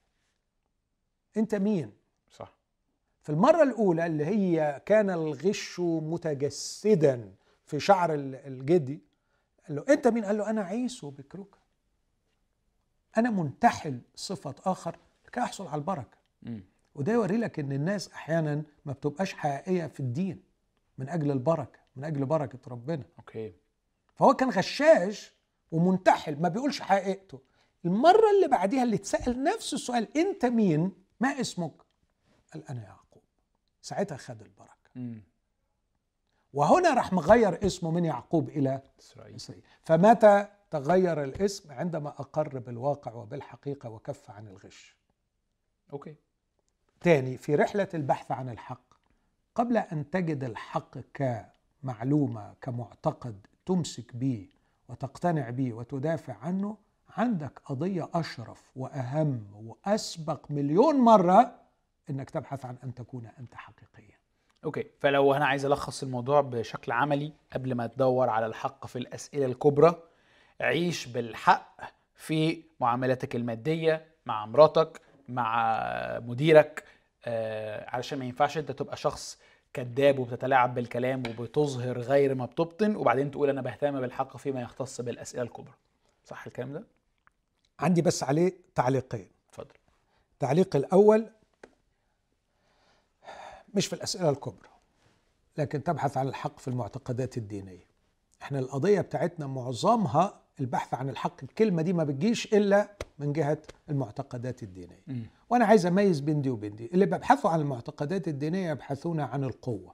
انت مين؟ صح. في المره الاولى اللي هي كان الغش متجسدا في شعر الجدي، قال له انت مين؟ قال له انا عيسو بكروك، انا منتحل صفه اخر لكي احصل على البركه. وده يوري لك ان الناس احيانا ما بتبقاش حقيقيه في الدين من اجل البركه، من اجل بركه ربنا. اوكي. فهو كان غشاش ومنتحل، ما بيقولش حقيقته. المره اللي بعديها اللي اتسأل نفس السؤال: انت مين؟ ما اسمك؟ قال انا يعقوب. ساعتها خد البركه. وهنا راح مغير اسمه من يعقوب الى اسرائيل. فمتى تغير الاسم؟ عندما اقر بالواقع وبالحقيقه وكف عن الغش. اوكي. تاني، في رحله البحث عن الحق، قبل ان تجد الحق كمعلومه كمعتقد تمسك به وتقتنع به وتدافع عنه، عندك قضيه اشرف واهم واسبق مليون مره انك تبحث عن ان تكون انت حقيقيا. اوكي، فلو انا عايز الخص الموضوع بشكل عملي، قبل ما تدور على الحق في الاسئله الكبرى، عيش بالحق في معاملاتك الماديه، مع مراتك، مع مديرك، علشان ما ينفعش انت تبقى شخص كذاب وبتتلاعب بالكلام وبتظهر غير ما بتبطن، وبعدين تقول انا بهتم بالحق فيما يختص بالاسئله الكبرى. صح الكلام ده؟ عندي بس عليه تعليقين. اتفضل. التعليق الاول: مش في الأسئلة الكبرى، لكن تبحث عن الحق في المعتقدات الدينية. احنا القضية بتاعتنا معظمها البحث عن الحق، الكلمة دي ما بتجيش إلا من جهة المعتقدات الدينية. وأنا عايز أميز بين دي وبين دي. اللي بيبحثوا عن المعتقدات الدينية يبحثون عن القوة،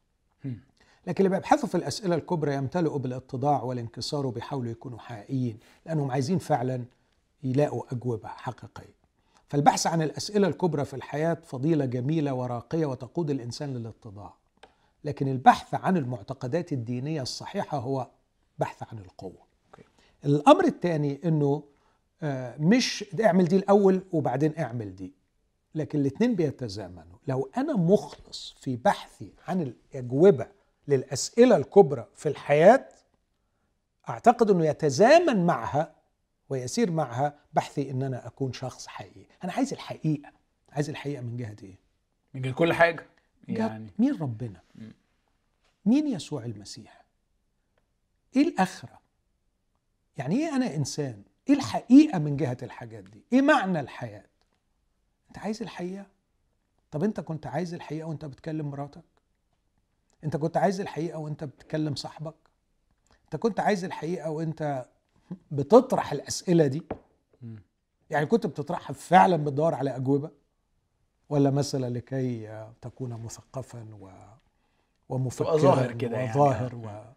لكن اللي بيبحثوا في الأسئلة الكبرى يمتلئوا بالاتضاع والانكسار وبيحاولوا يكونوا حقيقيين، لأنهم عايزين فعلا يلاقوا أجوبة حقيقية. فالبحث عن الأسئلة الكبرى في الحياة فضيلة جميلة وراقية وتقود الإنسان للاتضاع، لكن البحث عن المعتقدات الدينية الصحيحة هو بحث عن القوة. الأمر الثاني أنه مش اعمل دي الأول وبعدين اعمل دي، لكن الاثنين بيتزامنوا. لو أنا مخلص في بحثي عن الأجوبة للأسئلة الكبرى في الحياة، أعتقد أنه يتزامن معها ويسير معها بحثي أن أنا أكون شخص حقيقي. أنا عايز الحقيقة. عايز الحقيقة من جهة إيه؟ من جهة كل حاجة. يعني مين ربنا؟ مين يسوع المسيح؟ إيه الآخرة؟ يعني إيه أنا إنسان؟ إيه الحقيقة من جهة الحاجات دي؟ إيه معنى الحياة؟ أنت عايز الحقيقة؟ طب أنت كنت عايز الحقيقة وأنت بتكلم مراتك؟ أنت كنت عايز الحقيقة وأنت بتكلم صاحبك؟ أنت كنت عايز الحقيقة وأنت بتطرح الأسئلة دي؟ يعني كنت بتطرحها فعلا بتدور على أجوبة، ولا مثلا لكي تكون مثقفا ومفكرا ظاهر كده وظاهر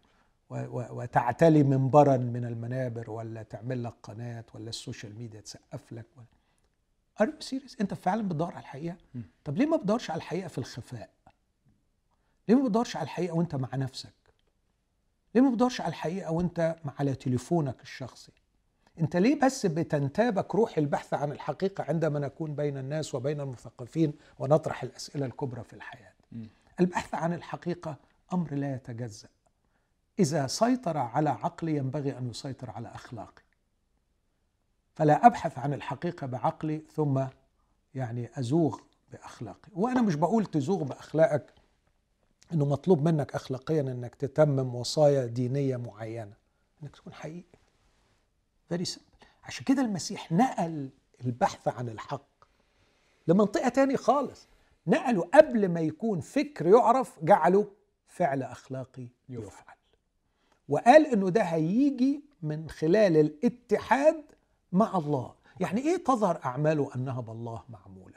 وتعتلي منبرا من المنابر، ولا تعمل لك قناة، ولا السوشيال ميديا تسقف لك؟ Are you serious؟ انت فعلا بتدور على الحقيقة؟ طب ليه ما بتدورش على الحقيقة في الخفاء؟ ليه ما بتدورش على الحقيقة وانت مع نفسك؟ ليه ما بتدورش على الحقيقة وانت على تليفونك الشخصي؟ انت ليه بس بتنتابك روح البحث عن الحقيقة عندما نكون بين الناس وبين المثقفين ونطرح الأسئلة الكبرى في الحياة؟ البحث عن الحقيقة أمر لا يتجزأ. إذا سيطر على عقلي ينبغي أن يسيطر على أخلاقي. فلا أبحث عن الحقيقة بعقلي ثم يعني أزوغ بأخلاقي. وأنا مش بقول تزوغ بأخلاقك إنه مطلوب منك أخلاقيا إنك تتمم وصايا دينية معينة، إنك تكون حقيقي. very simple. عشان كده المسيح نقل البحث عن الحق لمنطقة تاني خالص. نقله قبل ما يكون فكر يعرف، جعله فعل أخلاقي يفعل. وقال إنه ده هيجي من خلال الاتحاد مع الله. يعني إيه تظهر أعماله أنها بالله معمولة؟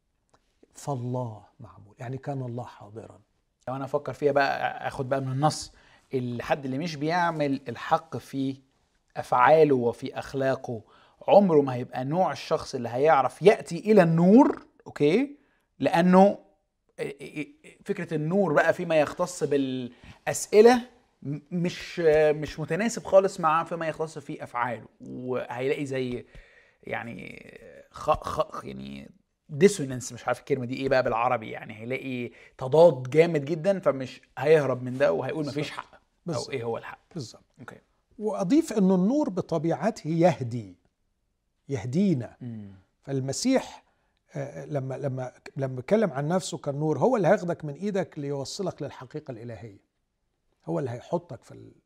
فالله معمول، يعني كان الله حاضرا. لو أنا أفكر فيها بقى، أخد بقى من النص، الحد اللي مش بيعمل الحق في أفعاله وفي أخلاقه عمره ما هيبقى نوع الشخص اللي هيعرف يأتي إلى النور. أوكي، لأنه فكرة النور بقى فيما يختص بالأسئلة مش متناسب خالص مع فيما يختص في أفعاله، وهيلاقي زي يعني يعني ديسونانس، مش عارف الكلمة دي إيه بقى بالعربي، يعني هيلاقي تضاد جامد جدا، فمش هيهرب من ده وهيقول مفيش حق أو إيه هو الحق بالظبط. أوكي. وأضيف أنه النور بطبيعته يهدينا. فالمسيح لما بيتكلم عن نفسه كالنور، هو اللي هياخدك من ايدك ليوصلك للحقيقة الإلهية. هو اللي هيحطك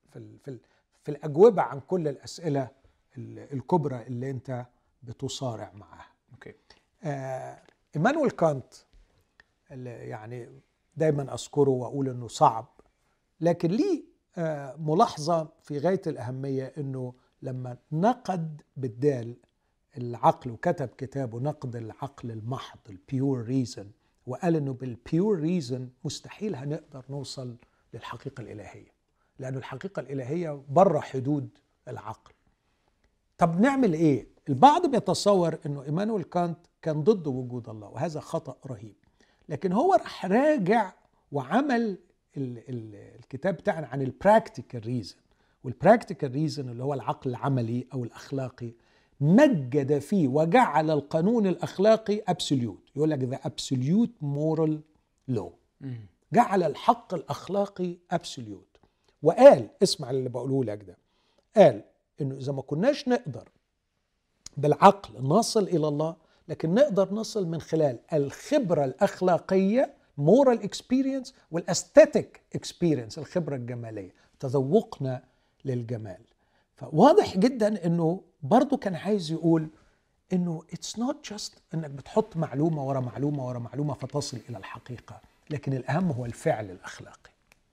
في الأجوبة عن كل الأسئلة الكبرى اللي انت بتصارع معها. اوكي. إيمانويل كانت اللي يعني دايما أذكره وأقول أنه صعب، لكن ليه ملاحظة في غاية الأهمية، أنه لما نقد بالدال العقل وكتب كتابه نقد العقل المحض، البيور ريزن، وقال انه بالبيور ريزن مستحيل هنقدر نوصل للحقيقة الإلهية، لأن الحقيقة الإلهية بره حدود العقل. طب نعمل ايه؟ البعض بيتصور انه إيمانويل كانت كان ضد وجود الله، وهذا خطأ رهيب. لكن هو راح راجع وعمل الكتاب بتاعنا عن البراكتيكال ريزن، والبراكتيكال ريزن اللي هو العقل العملي أو الأخلاقي، مجد فيه وجعل القانون الأخلاقي absolute. يقول لك the absolute moral law. جعل الحق الأخلاقي absolute. وقال، اسمع اللي بقوله لك ده، قال إنه إذا ما كناش نقدر بالعقل نصل إلى الله، لكن نقدر نصل من خلال الخبرة الأخلاقية moral experience والأستاتيك experience الخبرة الجمالية، تذوقنا للجمال. فواضح جدا إنه برضو كان عايز يقول إنه it's not just إنك بتحط معلومة ورا معلومة ورا معلومة فتصل إلى الحقيقة. لكن الأهم هو الفعل الأخلاقي.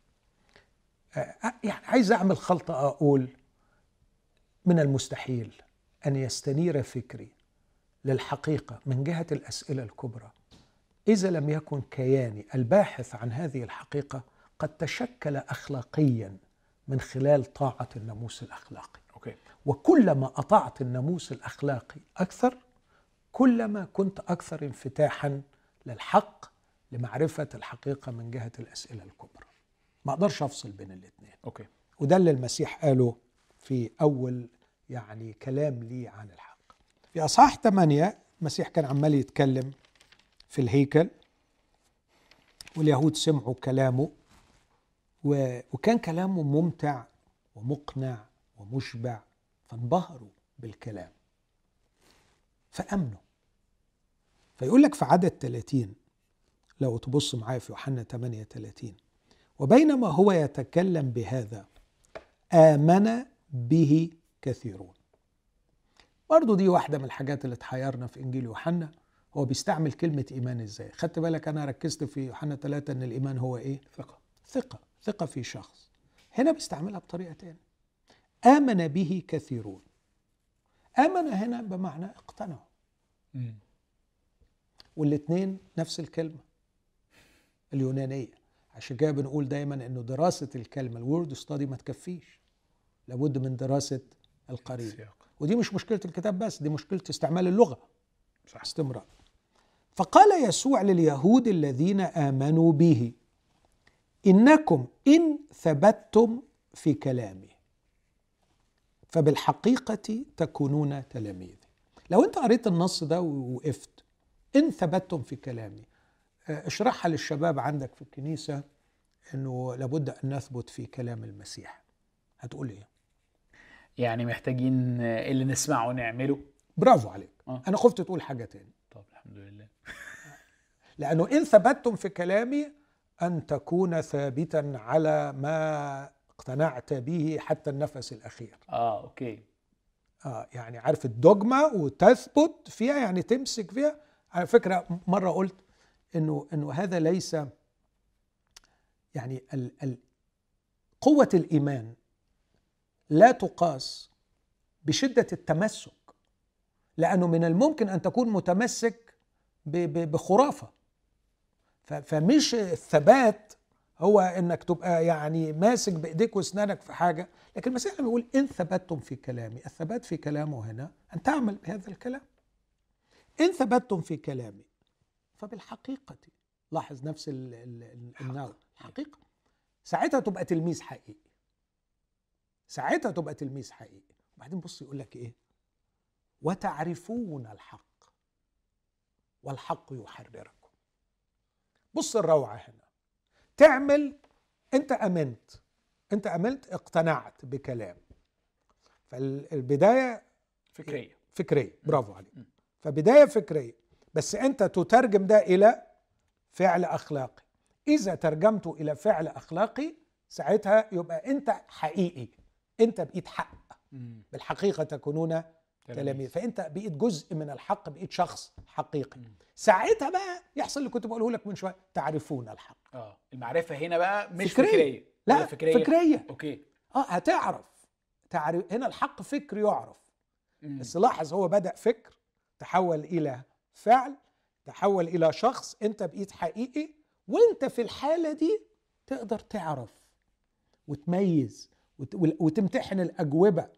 يعني عايز أعمل خلطة، أقول من المستحيل أن يستنير فكري للحقيقة من جهة الأسئلة الكبرى إذا لم يكن كياني الباحث عن هذه الحقيقة قد تشكل أخلاقيا من خلال طاعة الناموس الأخلاقي. وكلما أطعت الناموس الأخلاقي أكثر، كلما كنت أكثر انفتاحا للحق، لمعرفة الحقيقة من جهة الأسئلة الكبرى. ما أقدرش أفصل بين الاثنين. وده اللي المسيح قاله في أول يعني كلام لي عن الحق. في أصحاح 8 المسيح كان عمال يتكلم في الهيكل، واليهود سمعوا كلامه، وكان كلامه ممتع ومقنع ومشبع، فانبهروا بالكلام فأمنوا. فيقول لك في عدد 30 لو تبص معايا في يوحنا 8:30: وبينما هو يتكلم بهذا آمن به كثيرون. برضو دي واحدة من الحاجات اللي تحيرنا في إنجيل يوحنا، هو بيستعمل كلمة إيمان إزاي؟ خدت بالك أنا ركزت في يوحنا 3 أن الإيمان هو إيه؟ ثقة في شخص. هنا بيستعملها بطريقة تانية، آمن به كثيرون. آمن هنا بمعنى اقتنعوا. والاثنين نفس الكلمة اليونانية. عشان كده بنقول دايما انه دراسة الكلمة الورد ستادي ما تكفيش، لابد من دراسة القريب. ودي مش مشكلة الكتاب بس، دي مشكلة استعمال اللغة استمرار. فقال يسوع لليهود الذين آمنوا به: إنكم إن ثبتتم في كلامي فبالحقيقة تكونون تلاميذي. لو انت قريت النص ده ووقفت إن ثبتتم في كلامي، اشرحها للشباب عندك في الكنيسة انه لابد ان نثبت في كلام المسيح، هتقول ايه؟ يعني محتاجين اللي نسمعه نعمله. برافو عليك. انا خفت تقول حاجة تاني. طب الحمد لله. لانه ان ثبتتم في كلامي ان تكون ثابتا على ما اقتنعت به حتى النفس الاخير. اوكي. يعني عارف الدogma وتثبت فيها، يعني تمسك فيها. على فكرة مرة قلت انه هذا ليس يعني قوة الإيمان لا تقاس بشدة التمسك، لأنه من الممكن أن تكون متمسك بخرافة. فمش الثبات هو أنك تبقى يعني ماسك بإيديك واسنانك في حاجة، لكن المسيح لما يقول إن ثبتتم في كلامي، الثبات في كلامه هنا أن تعمل بهذا الكلام. إن ثبتتم في كلامي فبالحقيقة، لاحظ نفس النوع، حقيقة، ساعتها تبقى تلميذ حقيقي. ساعتها تبقى تلميذ حقيقي. وبعدين بص يقول لك ايه: وتعرفون الحق والحق يحرركم. بص الروعة هنا، تعمل، انت امنت اقتنعت بكلام، فالبداية فكرية. برافو عليك. فبداية فكرية، بس انت تترجم ده الى فعل اخلاقي. اذا ترجمته الى فعل اخلاقي ساعتها يبقى انت حقيقي، انت بقيت حق. بالحقيقة تكونون تلاميذ. فانت بقيت جزء من الحق، بقيت شخص حقيقي. ساعتها بقى يحصل اللي كنت بقوله لك من شوية، تعرفون الحق. المعرفة هنا بقى مش فكرية. لا فكرية. اوكي. هتعرف هنا الحق فكر يعرف. بس لاحظ هو بدأ فكر، تحول إلى فعل، تحول إلى شخص، أنت بقيت حقيقي. وأنت في الحالة دي تقدر تعرف وتميز وتمتحن الأجوبة،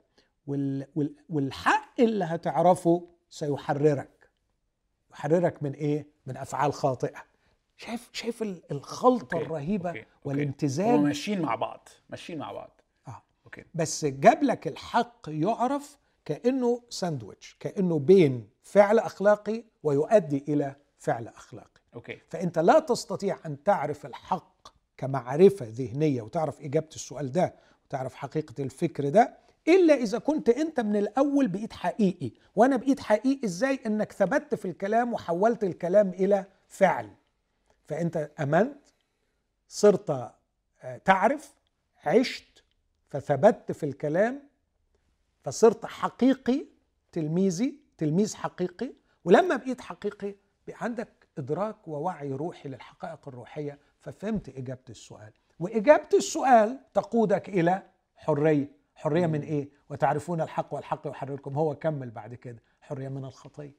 والحق اللي هتعرفه سيحررك. يحررك من إيه؟ من أفعال خاطئة. شايف الخلطة الرهيبة والامتزاج. هم ماشيين مع بعض. أوكي. بس جاب لك الحق يعرف كأنه ساندويتش، كأنه بين فعل أخلاقي ويؤدي إلى فعل أخلاقي. فأنت لا تستطيع أن تعرف الحق كمعرفة ذهنية وتعرف إجابة السؤال ده وتعرف حقيقة الفكر ده إلا إذا كنت أنت من الأول بقيت حقيقي. وأنا بقيت حقيقي إزاي؟ أنك ثبت في الكلام وحولت الكلام إلى فعل. فأنت أمنت، صرت تعرف، عشت، فثبت في الكلام، فصرت حقيقي، تلميذ حقيقي. ولما بقيت حقيقي بقى عندك إدراك ووعي روحي للحقائق الروحية، ففهمت إجابة السؤال، وإجابة السؤال تقودك إلى حرية. حرية من إيه؟ وتعرفون الحق والحق يحرركم. هو كمل بعد كده حرية من الخطية.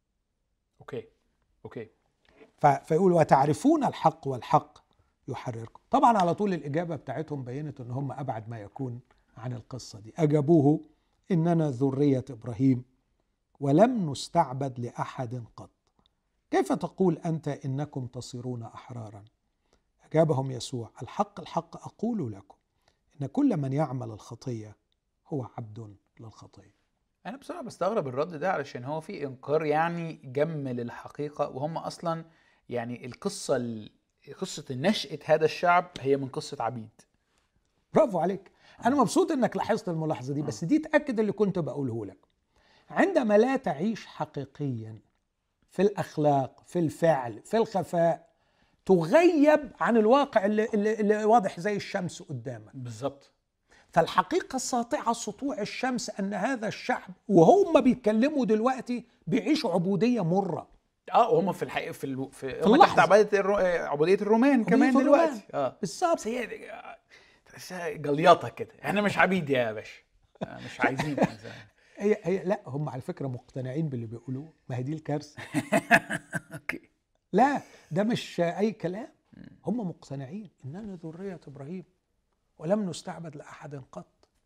أوكي. فيقول وتعرفون الحق والحق يحرركم. طبعا على طول الإجابة بتاعتهم بينت أن هم أبعد ما يكون عن القصة دي. أجابوه إننا ذرية إبراهيم ولم نستعبد لأحد قط، كيف تقول أنت إنكم تصيرون أحرارا؟ أجابهم يسوع الحق الحق أقول لكم إن كل من يعمل الخطية هو عبد للخطية. أنا بصراحة بستغرب الرد ده، علشان هو في إنكار يعني جمل الحقيقة، وهم أصلا يعني قصة نشأة هذا الشعب هي من قصة عبيد. برافو عليك. أنا مبسوط إنك لاحظت الملاحظة دي، بس دي تأكد اللي كنت بقوله لك. عندما لا تعيش حقيقيا في الأخلاق، في الفعل، في الخفاء، تغيب عن الواقع اللي واضح زي الشمس قدامك. بالظبط. فالحقيقة الساطعة سطوع الشمس أن هذا الشعب وهم بيتكلموا دلوقتي بيعيشوا عبودية مرة. وهم في الحقيقة هم اللحظة. تحت عبودية الرومان كمان دلوقتي. بالظبط. هي جليطة كده، احنا مش عبيد يا باشا، مش عايزين. هي لا، هم على فكرة مقتنعين باللي بيقولوه، ما هي دي الكارثة. اوكي. لا ده مش أي كلام، هم مقتنعين إننا ذرية إبراهيم ولم نستعبد لأحد قط.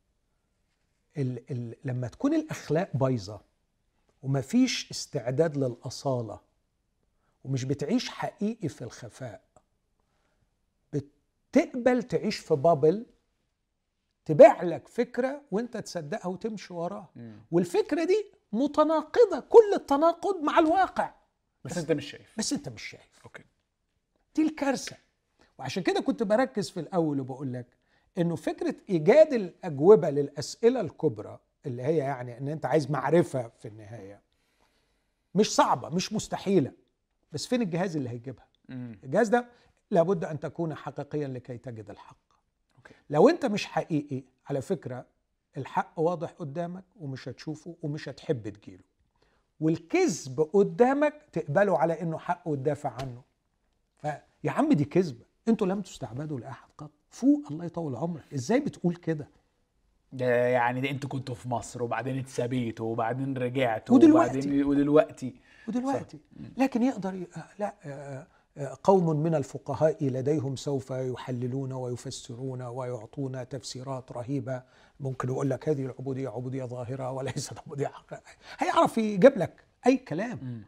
لما تكون الأخلاق بايظة ومفيش استعداد للأصالة ومش بتعيش حقيقي في الخفاء، بتقبل تعيش في بابل تبيع لك فكرة وانت تصدقها وتمشي وراها، والفكرة دي متناقضة كل التناقض مع الواقع، بس انت مش شايف. اوكي. دي الكارثة. وعشان كده كنت بركز في الأول وبقول لك إنه فكرة إيجاد الأجوبة للأسئلة الكبرى اللي هي يعني إن أنت عايز معرفة في النهاية مش صعبة، مش مستحيلة، بس فين الجهاز اللي هيجيبها؟ الجهاز ده لابد أن تكون حقيقيا لكي تجد الحق. أوكي. لو أنت مش حقيقي، على فكرة الحق واضح قدامك ومش هتشوفه ومش هتحب تجيله، والكذب قدامك تقبله على إنه حق وتدافع عنه. فيا عم دي كذبة، انتوا لم تستعبدوا لأحد قط. فوق، الله يطول عمرك، ازاي بتقول كده؟ ده يعني ده انتوا كنتوا في مصر وبعدين اتسابيتوا وبعدين رجعتوا ودلوقتي. لكن يقدر لا، قوم من الفقهاء لديهم سوف يحللون ويفسرون ويعطون تفسيرات رهيبة. ممكن يقول لك هذه العبودية عبودية ظاهرة وليست عبودية حقيقية. هيعرف يجيب لك أي كلام.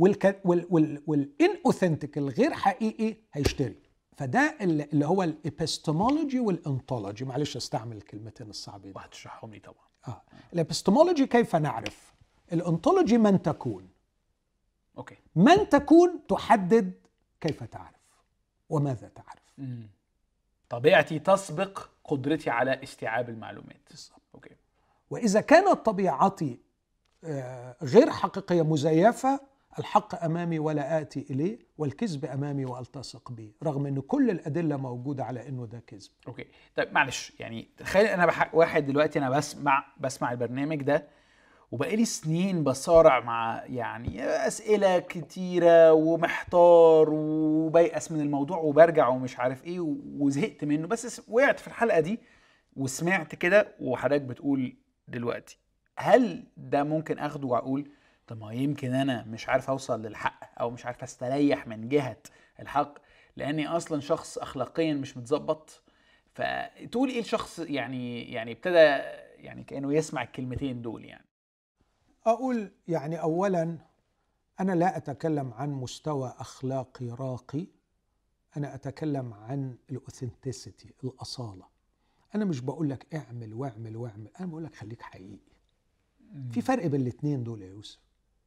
والإن أوثنتك الغير حقيقي هيشتري. فده اللي هو الإبستمولوجي والإنطولوجي. معلش استعمل الكلمتين الصعبين. وهتشرحهم لي طبعا. الإبستمولوجي كيف نعرف، الإنطولوجي من تكون. أوكي. من تكون تحدد كيف تعرف وماذا تعرف. طبيعتي تسبق قدرتي على استيعاب المعلومات. بالضبط. أوكي. وإذا كانت طبيعتي غير حقيقية مزيفة، الحق أمامي ولا آتي إليه، والكذب أمامي وألتصق به، رغم أن كل الأدلة موجودة على أنه ده كذب. أوكي. طيب معلش، يعني تخيل أنا واحد دلوقتي أنا بسمع البرنامج ده وبقالي سنين بصارع مع يعني أسئلة كتيرة ومحتار وبيأس من الموضوع وبرجع ومش عارف إيه وزهقت منه، بس وقعت في الحلقة دي وسمعت كده وحضرتك بتقول دلوقتي، هل ده ممكن أخده وأقول طب ما يمكن أنا مش عارف أوصل للحق أو مش عارف أستريح من جهة الحق لأني أصلا شخص أخلاقيا مش متظبط؟ فتقول إيه الشخص يعني ابتدى يعني كأنه يسمع الكلمتين دول؟ يعني أقول يعني أولا أنا لا أتكلم عن مستوى أخلاقي راقي، أنا أتكلم عن الأوثنتيسيتي، الأصالة. أنا مش بقول لك اعمل واعمل واعمل، أنا بقول لك خليك حقيقي. في فرق بين الاثنين دول يا يوسف.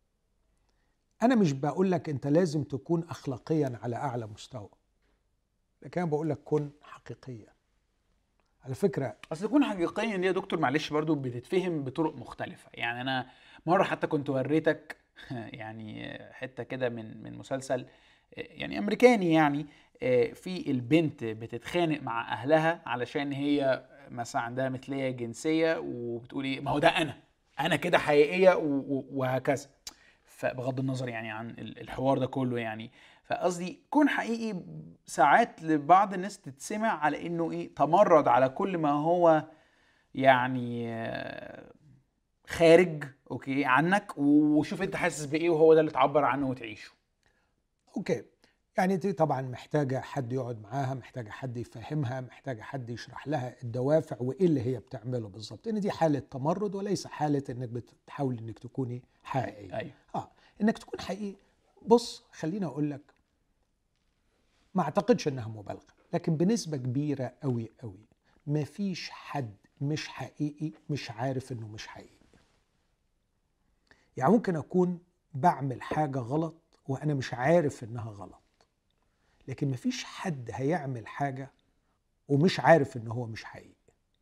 أنا مش بقول لك أنت لازم تكون أخلاقيا على أعلى مستوى، لكن أنا بقول لك كن حقيقيا. على فكرة أصل تكون حقيقيا دي يا دكتور معلش برضو بتتفهم بطرق مختلفة. يعني أنا مرة حتى كنت وريتك يعني حتة كده من مسلسل يعني أمريكاني، يعني في البنت بتتخانق مع أهلها علشان هي مثلا عندها مثلية جنسية وبتقول إيه ما هو ده أنا كده حقيقية وهكذا. فبغض النظر يعني عن الحوار ده كله يعني فقصدي كون حقيقي ساعات لبعض الناس تتسمع على انه ايه تمرد على كل ما هو يعني خارج اوكي عنك، وشوف انت حاسس بايه وهو ده اللي تعبر عنه وتعيشه. اوكي، يعني دي طبعا محتاجة حد يقعد معاها، محتاجة حد يفهمها، محتاجة حد يشرح لها الدوافع وايه اللي هي بتعمله بالظبط، ان دي حالة تمرد وليس حالة انك بتحاول انك تكوني حقيقية. ايوه انك تكون حقيقي. بص خليني اقول لك، ما اعتقدش انها مبالغة، لكن بنسبة كبيرة قوي قوي مفيش حد مش حقيقي مش عارف انه مش حقيقي. يعني ممكن اكون بعمل حاجة غلط وانا مش عارف انها غلط، لكن مفيش حد هيعمل حاجة ومش عارف ان هو مش حقيقي.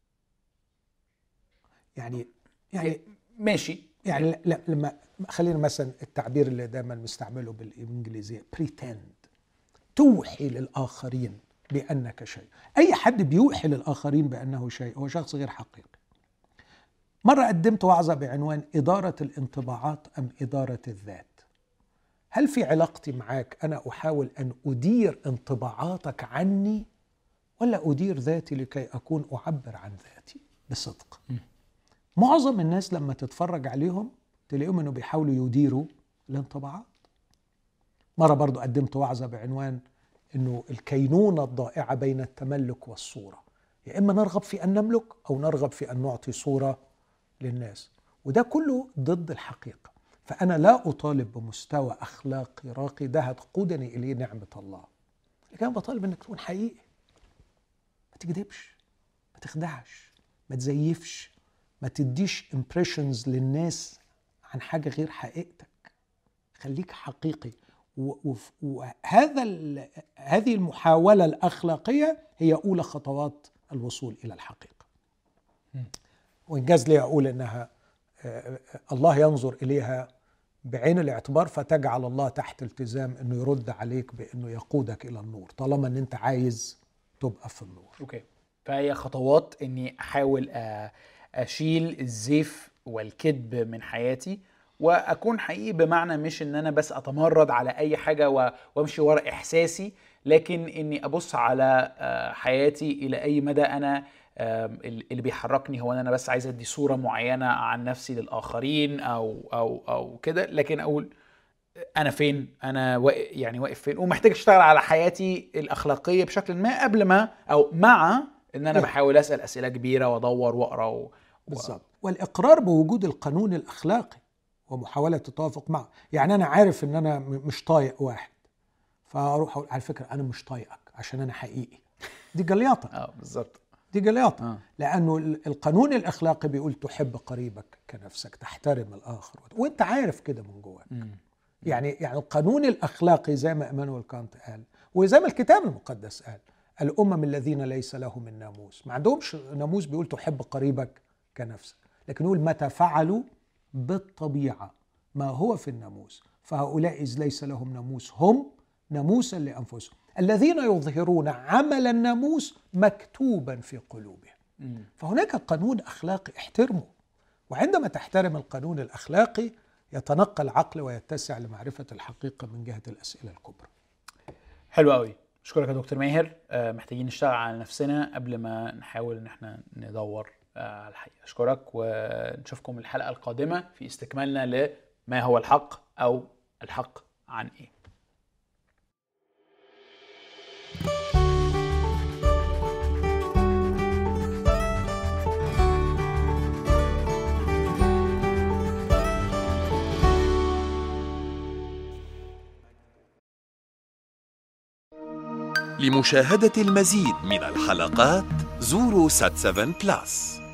يعني ماشي. يعني لا لما خلينا مثلا التعبير اللي دايما بنستعمله بالانجليزية pretend، توحي للآخرين بأنك شيء. أي حد بيوحي للآخرين بأنه شيء هو شخص غير حقيقي. مرة قدمت وعظة بعنوان إدارة الانطباعات أم إدارة الذات. هل في علاقتي معاك أنا أحاول أن أدير انطباعاتك عني، ولا أدير ذاتي لكي أكون أعبر عن ذاتي بصدق؟ معظم الناس لما تتفرج عليهم تلاقيهم أنه بيحاولوا يديروا الانطباعات. مرة برضو قدمت وعظة بعنوان أنه الكينونة الضائعة بين التملك والصورة، يا إما نرغب في أن نملك أو نرغب في أن نعطي صورة للناس، وده كله ضد الحقيقة. فأنا لا أطالب بمستوى أخلاقي راقي ده هتقودني إليه نعمة الله، لكن أنا بطالب أنك تكون حقيقي. ما تكذبش، ما تخدعش، ما تزيفش، ما تديش impressions للناس عن حاجة غير حقيقتك. خليك حقيقي. هذه المحاولة الأخلاقية هي أولى خطوات الوصول إلى الحقيقة. وإنجاز لي أقول أنها الله ينظر إليها بعين الاعتبار، فتجعل الله تحت التزام أنه يرد عليك بأنه يقودك إلى النور طالما أن أنت عايز تبقى في النور. أوكي. فهي خطوات أني أحاول أشيل الزيف والكذب من حياتي وأكون حقيقي، بمعنى مش أن أنا بس أتمرد على أي حاجة وأمشي وراء إحساسي، لكن أني أبص على حياتي إلى أي مدى أنا اللي بيحركني هو أنا بس عايز أدي صورة معينة عن نفسي للآخرين أو كده، لكن أقول أنا فين، أنا واقف فين، ومحتاج أشتغل على حياتي الأخلاقية بشكل ما قبل ما أو مع إن أنا بحاول أسأل أسئلة كبيرة وأدور وأقرأ بالظبط. والإقرار بوجود القانون الأخلاقي ومحاولة التوافق معه. يعني أنا عارف إن أنا مش طايق واحد، فأروح أقول على فكرة أنا مش طايقك عشان أنا حقيقي. دي جلياطة. بالظبط، دي جلياطة. لأنه القانون الأخلاقي بيقول تحب قريبك كنفسك، تحترم الآخر، وأنت عارف كده من جواك. يعني القانون الأخلاقي زي ما إيمانويل كانت قال، وزي ما الكتاب المقدس قال، الأمم الذين ليس لهم الناموس، ما عندهمش ناموس بيقول تحب قريبك كنفسك، لكن يقول متى فعلوا بالطبيعة ما هو في الناموس فهؤلاء إذ ليس لهم ناموس هم ناموسا لأنفسهم الذين يظهرون عمل الناموس مكتوبا في قلوبهم. فهناك قانون أخلاقي احترمه، وعندما تحترم القانون الأخلاقي يتنقى العقل ويتسع لمعرفة الحقيقة من جهة الأسئلة الكبرى. حلو قوي. أشكرك يا دكتور ماهر. محتاجين نشتغل على نفسنا قبل ما نحاول إن احنا ندور على الحقيقة. أشكرك، ونشوفكم الحلقة القادمة في استكمالنا لما هو الحق أو الحق عن إيه. لمشاهدة المزيد من الحلقات زوروا سات7 بلاس.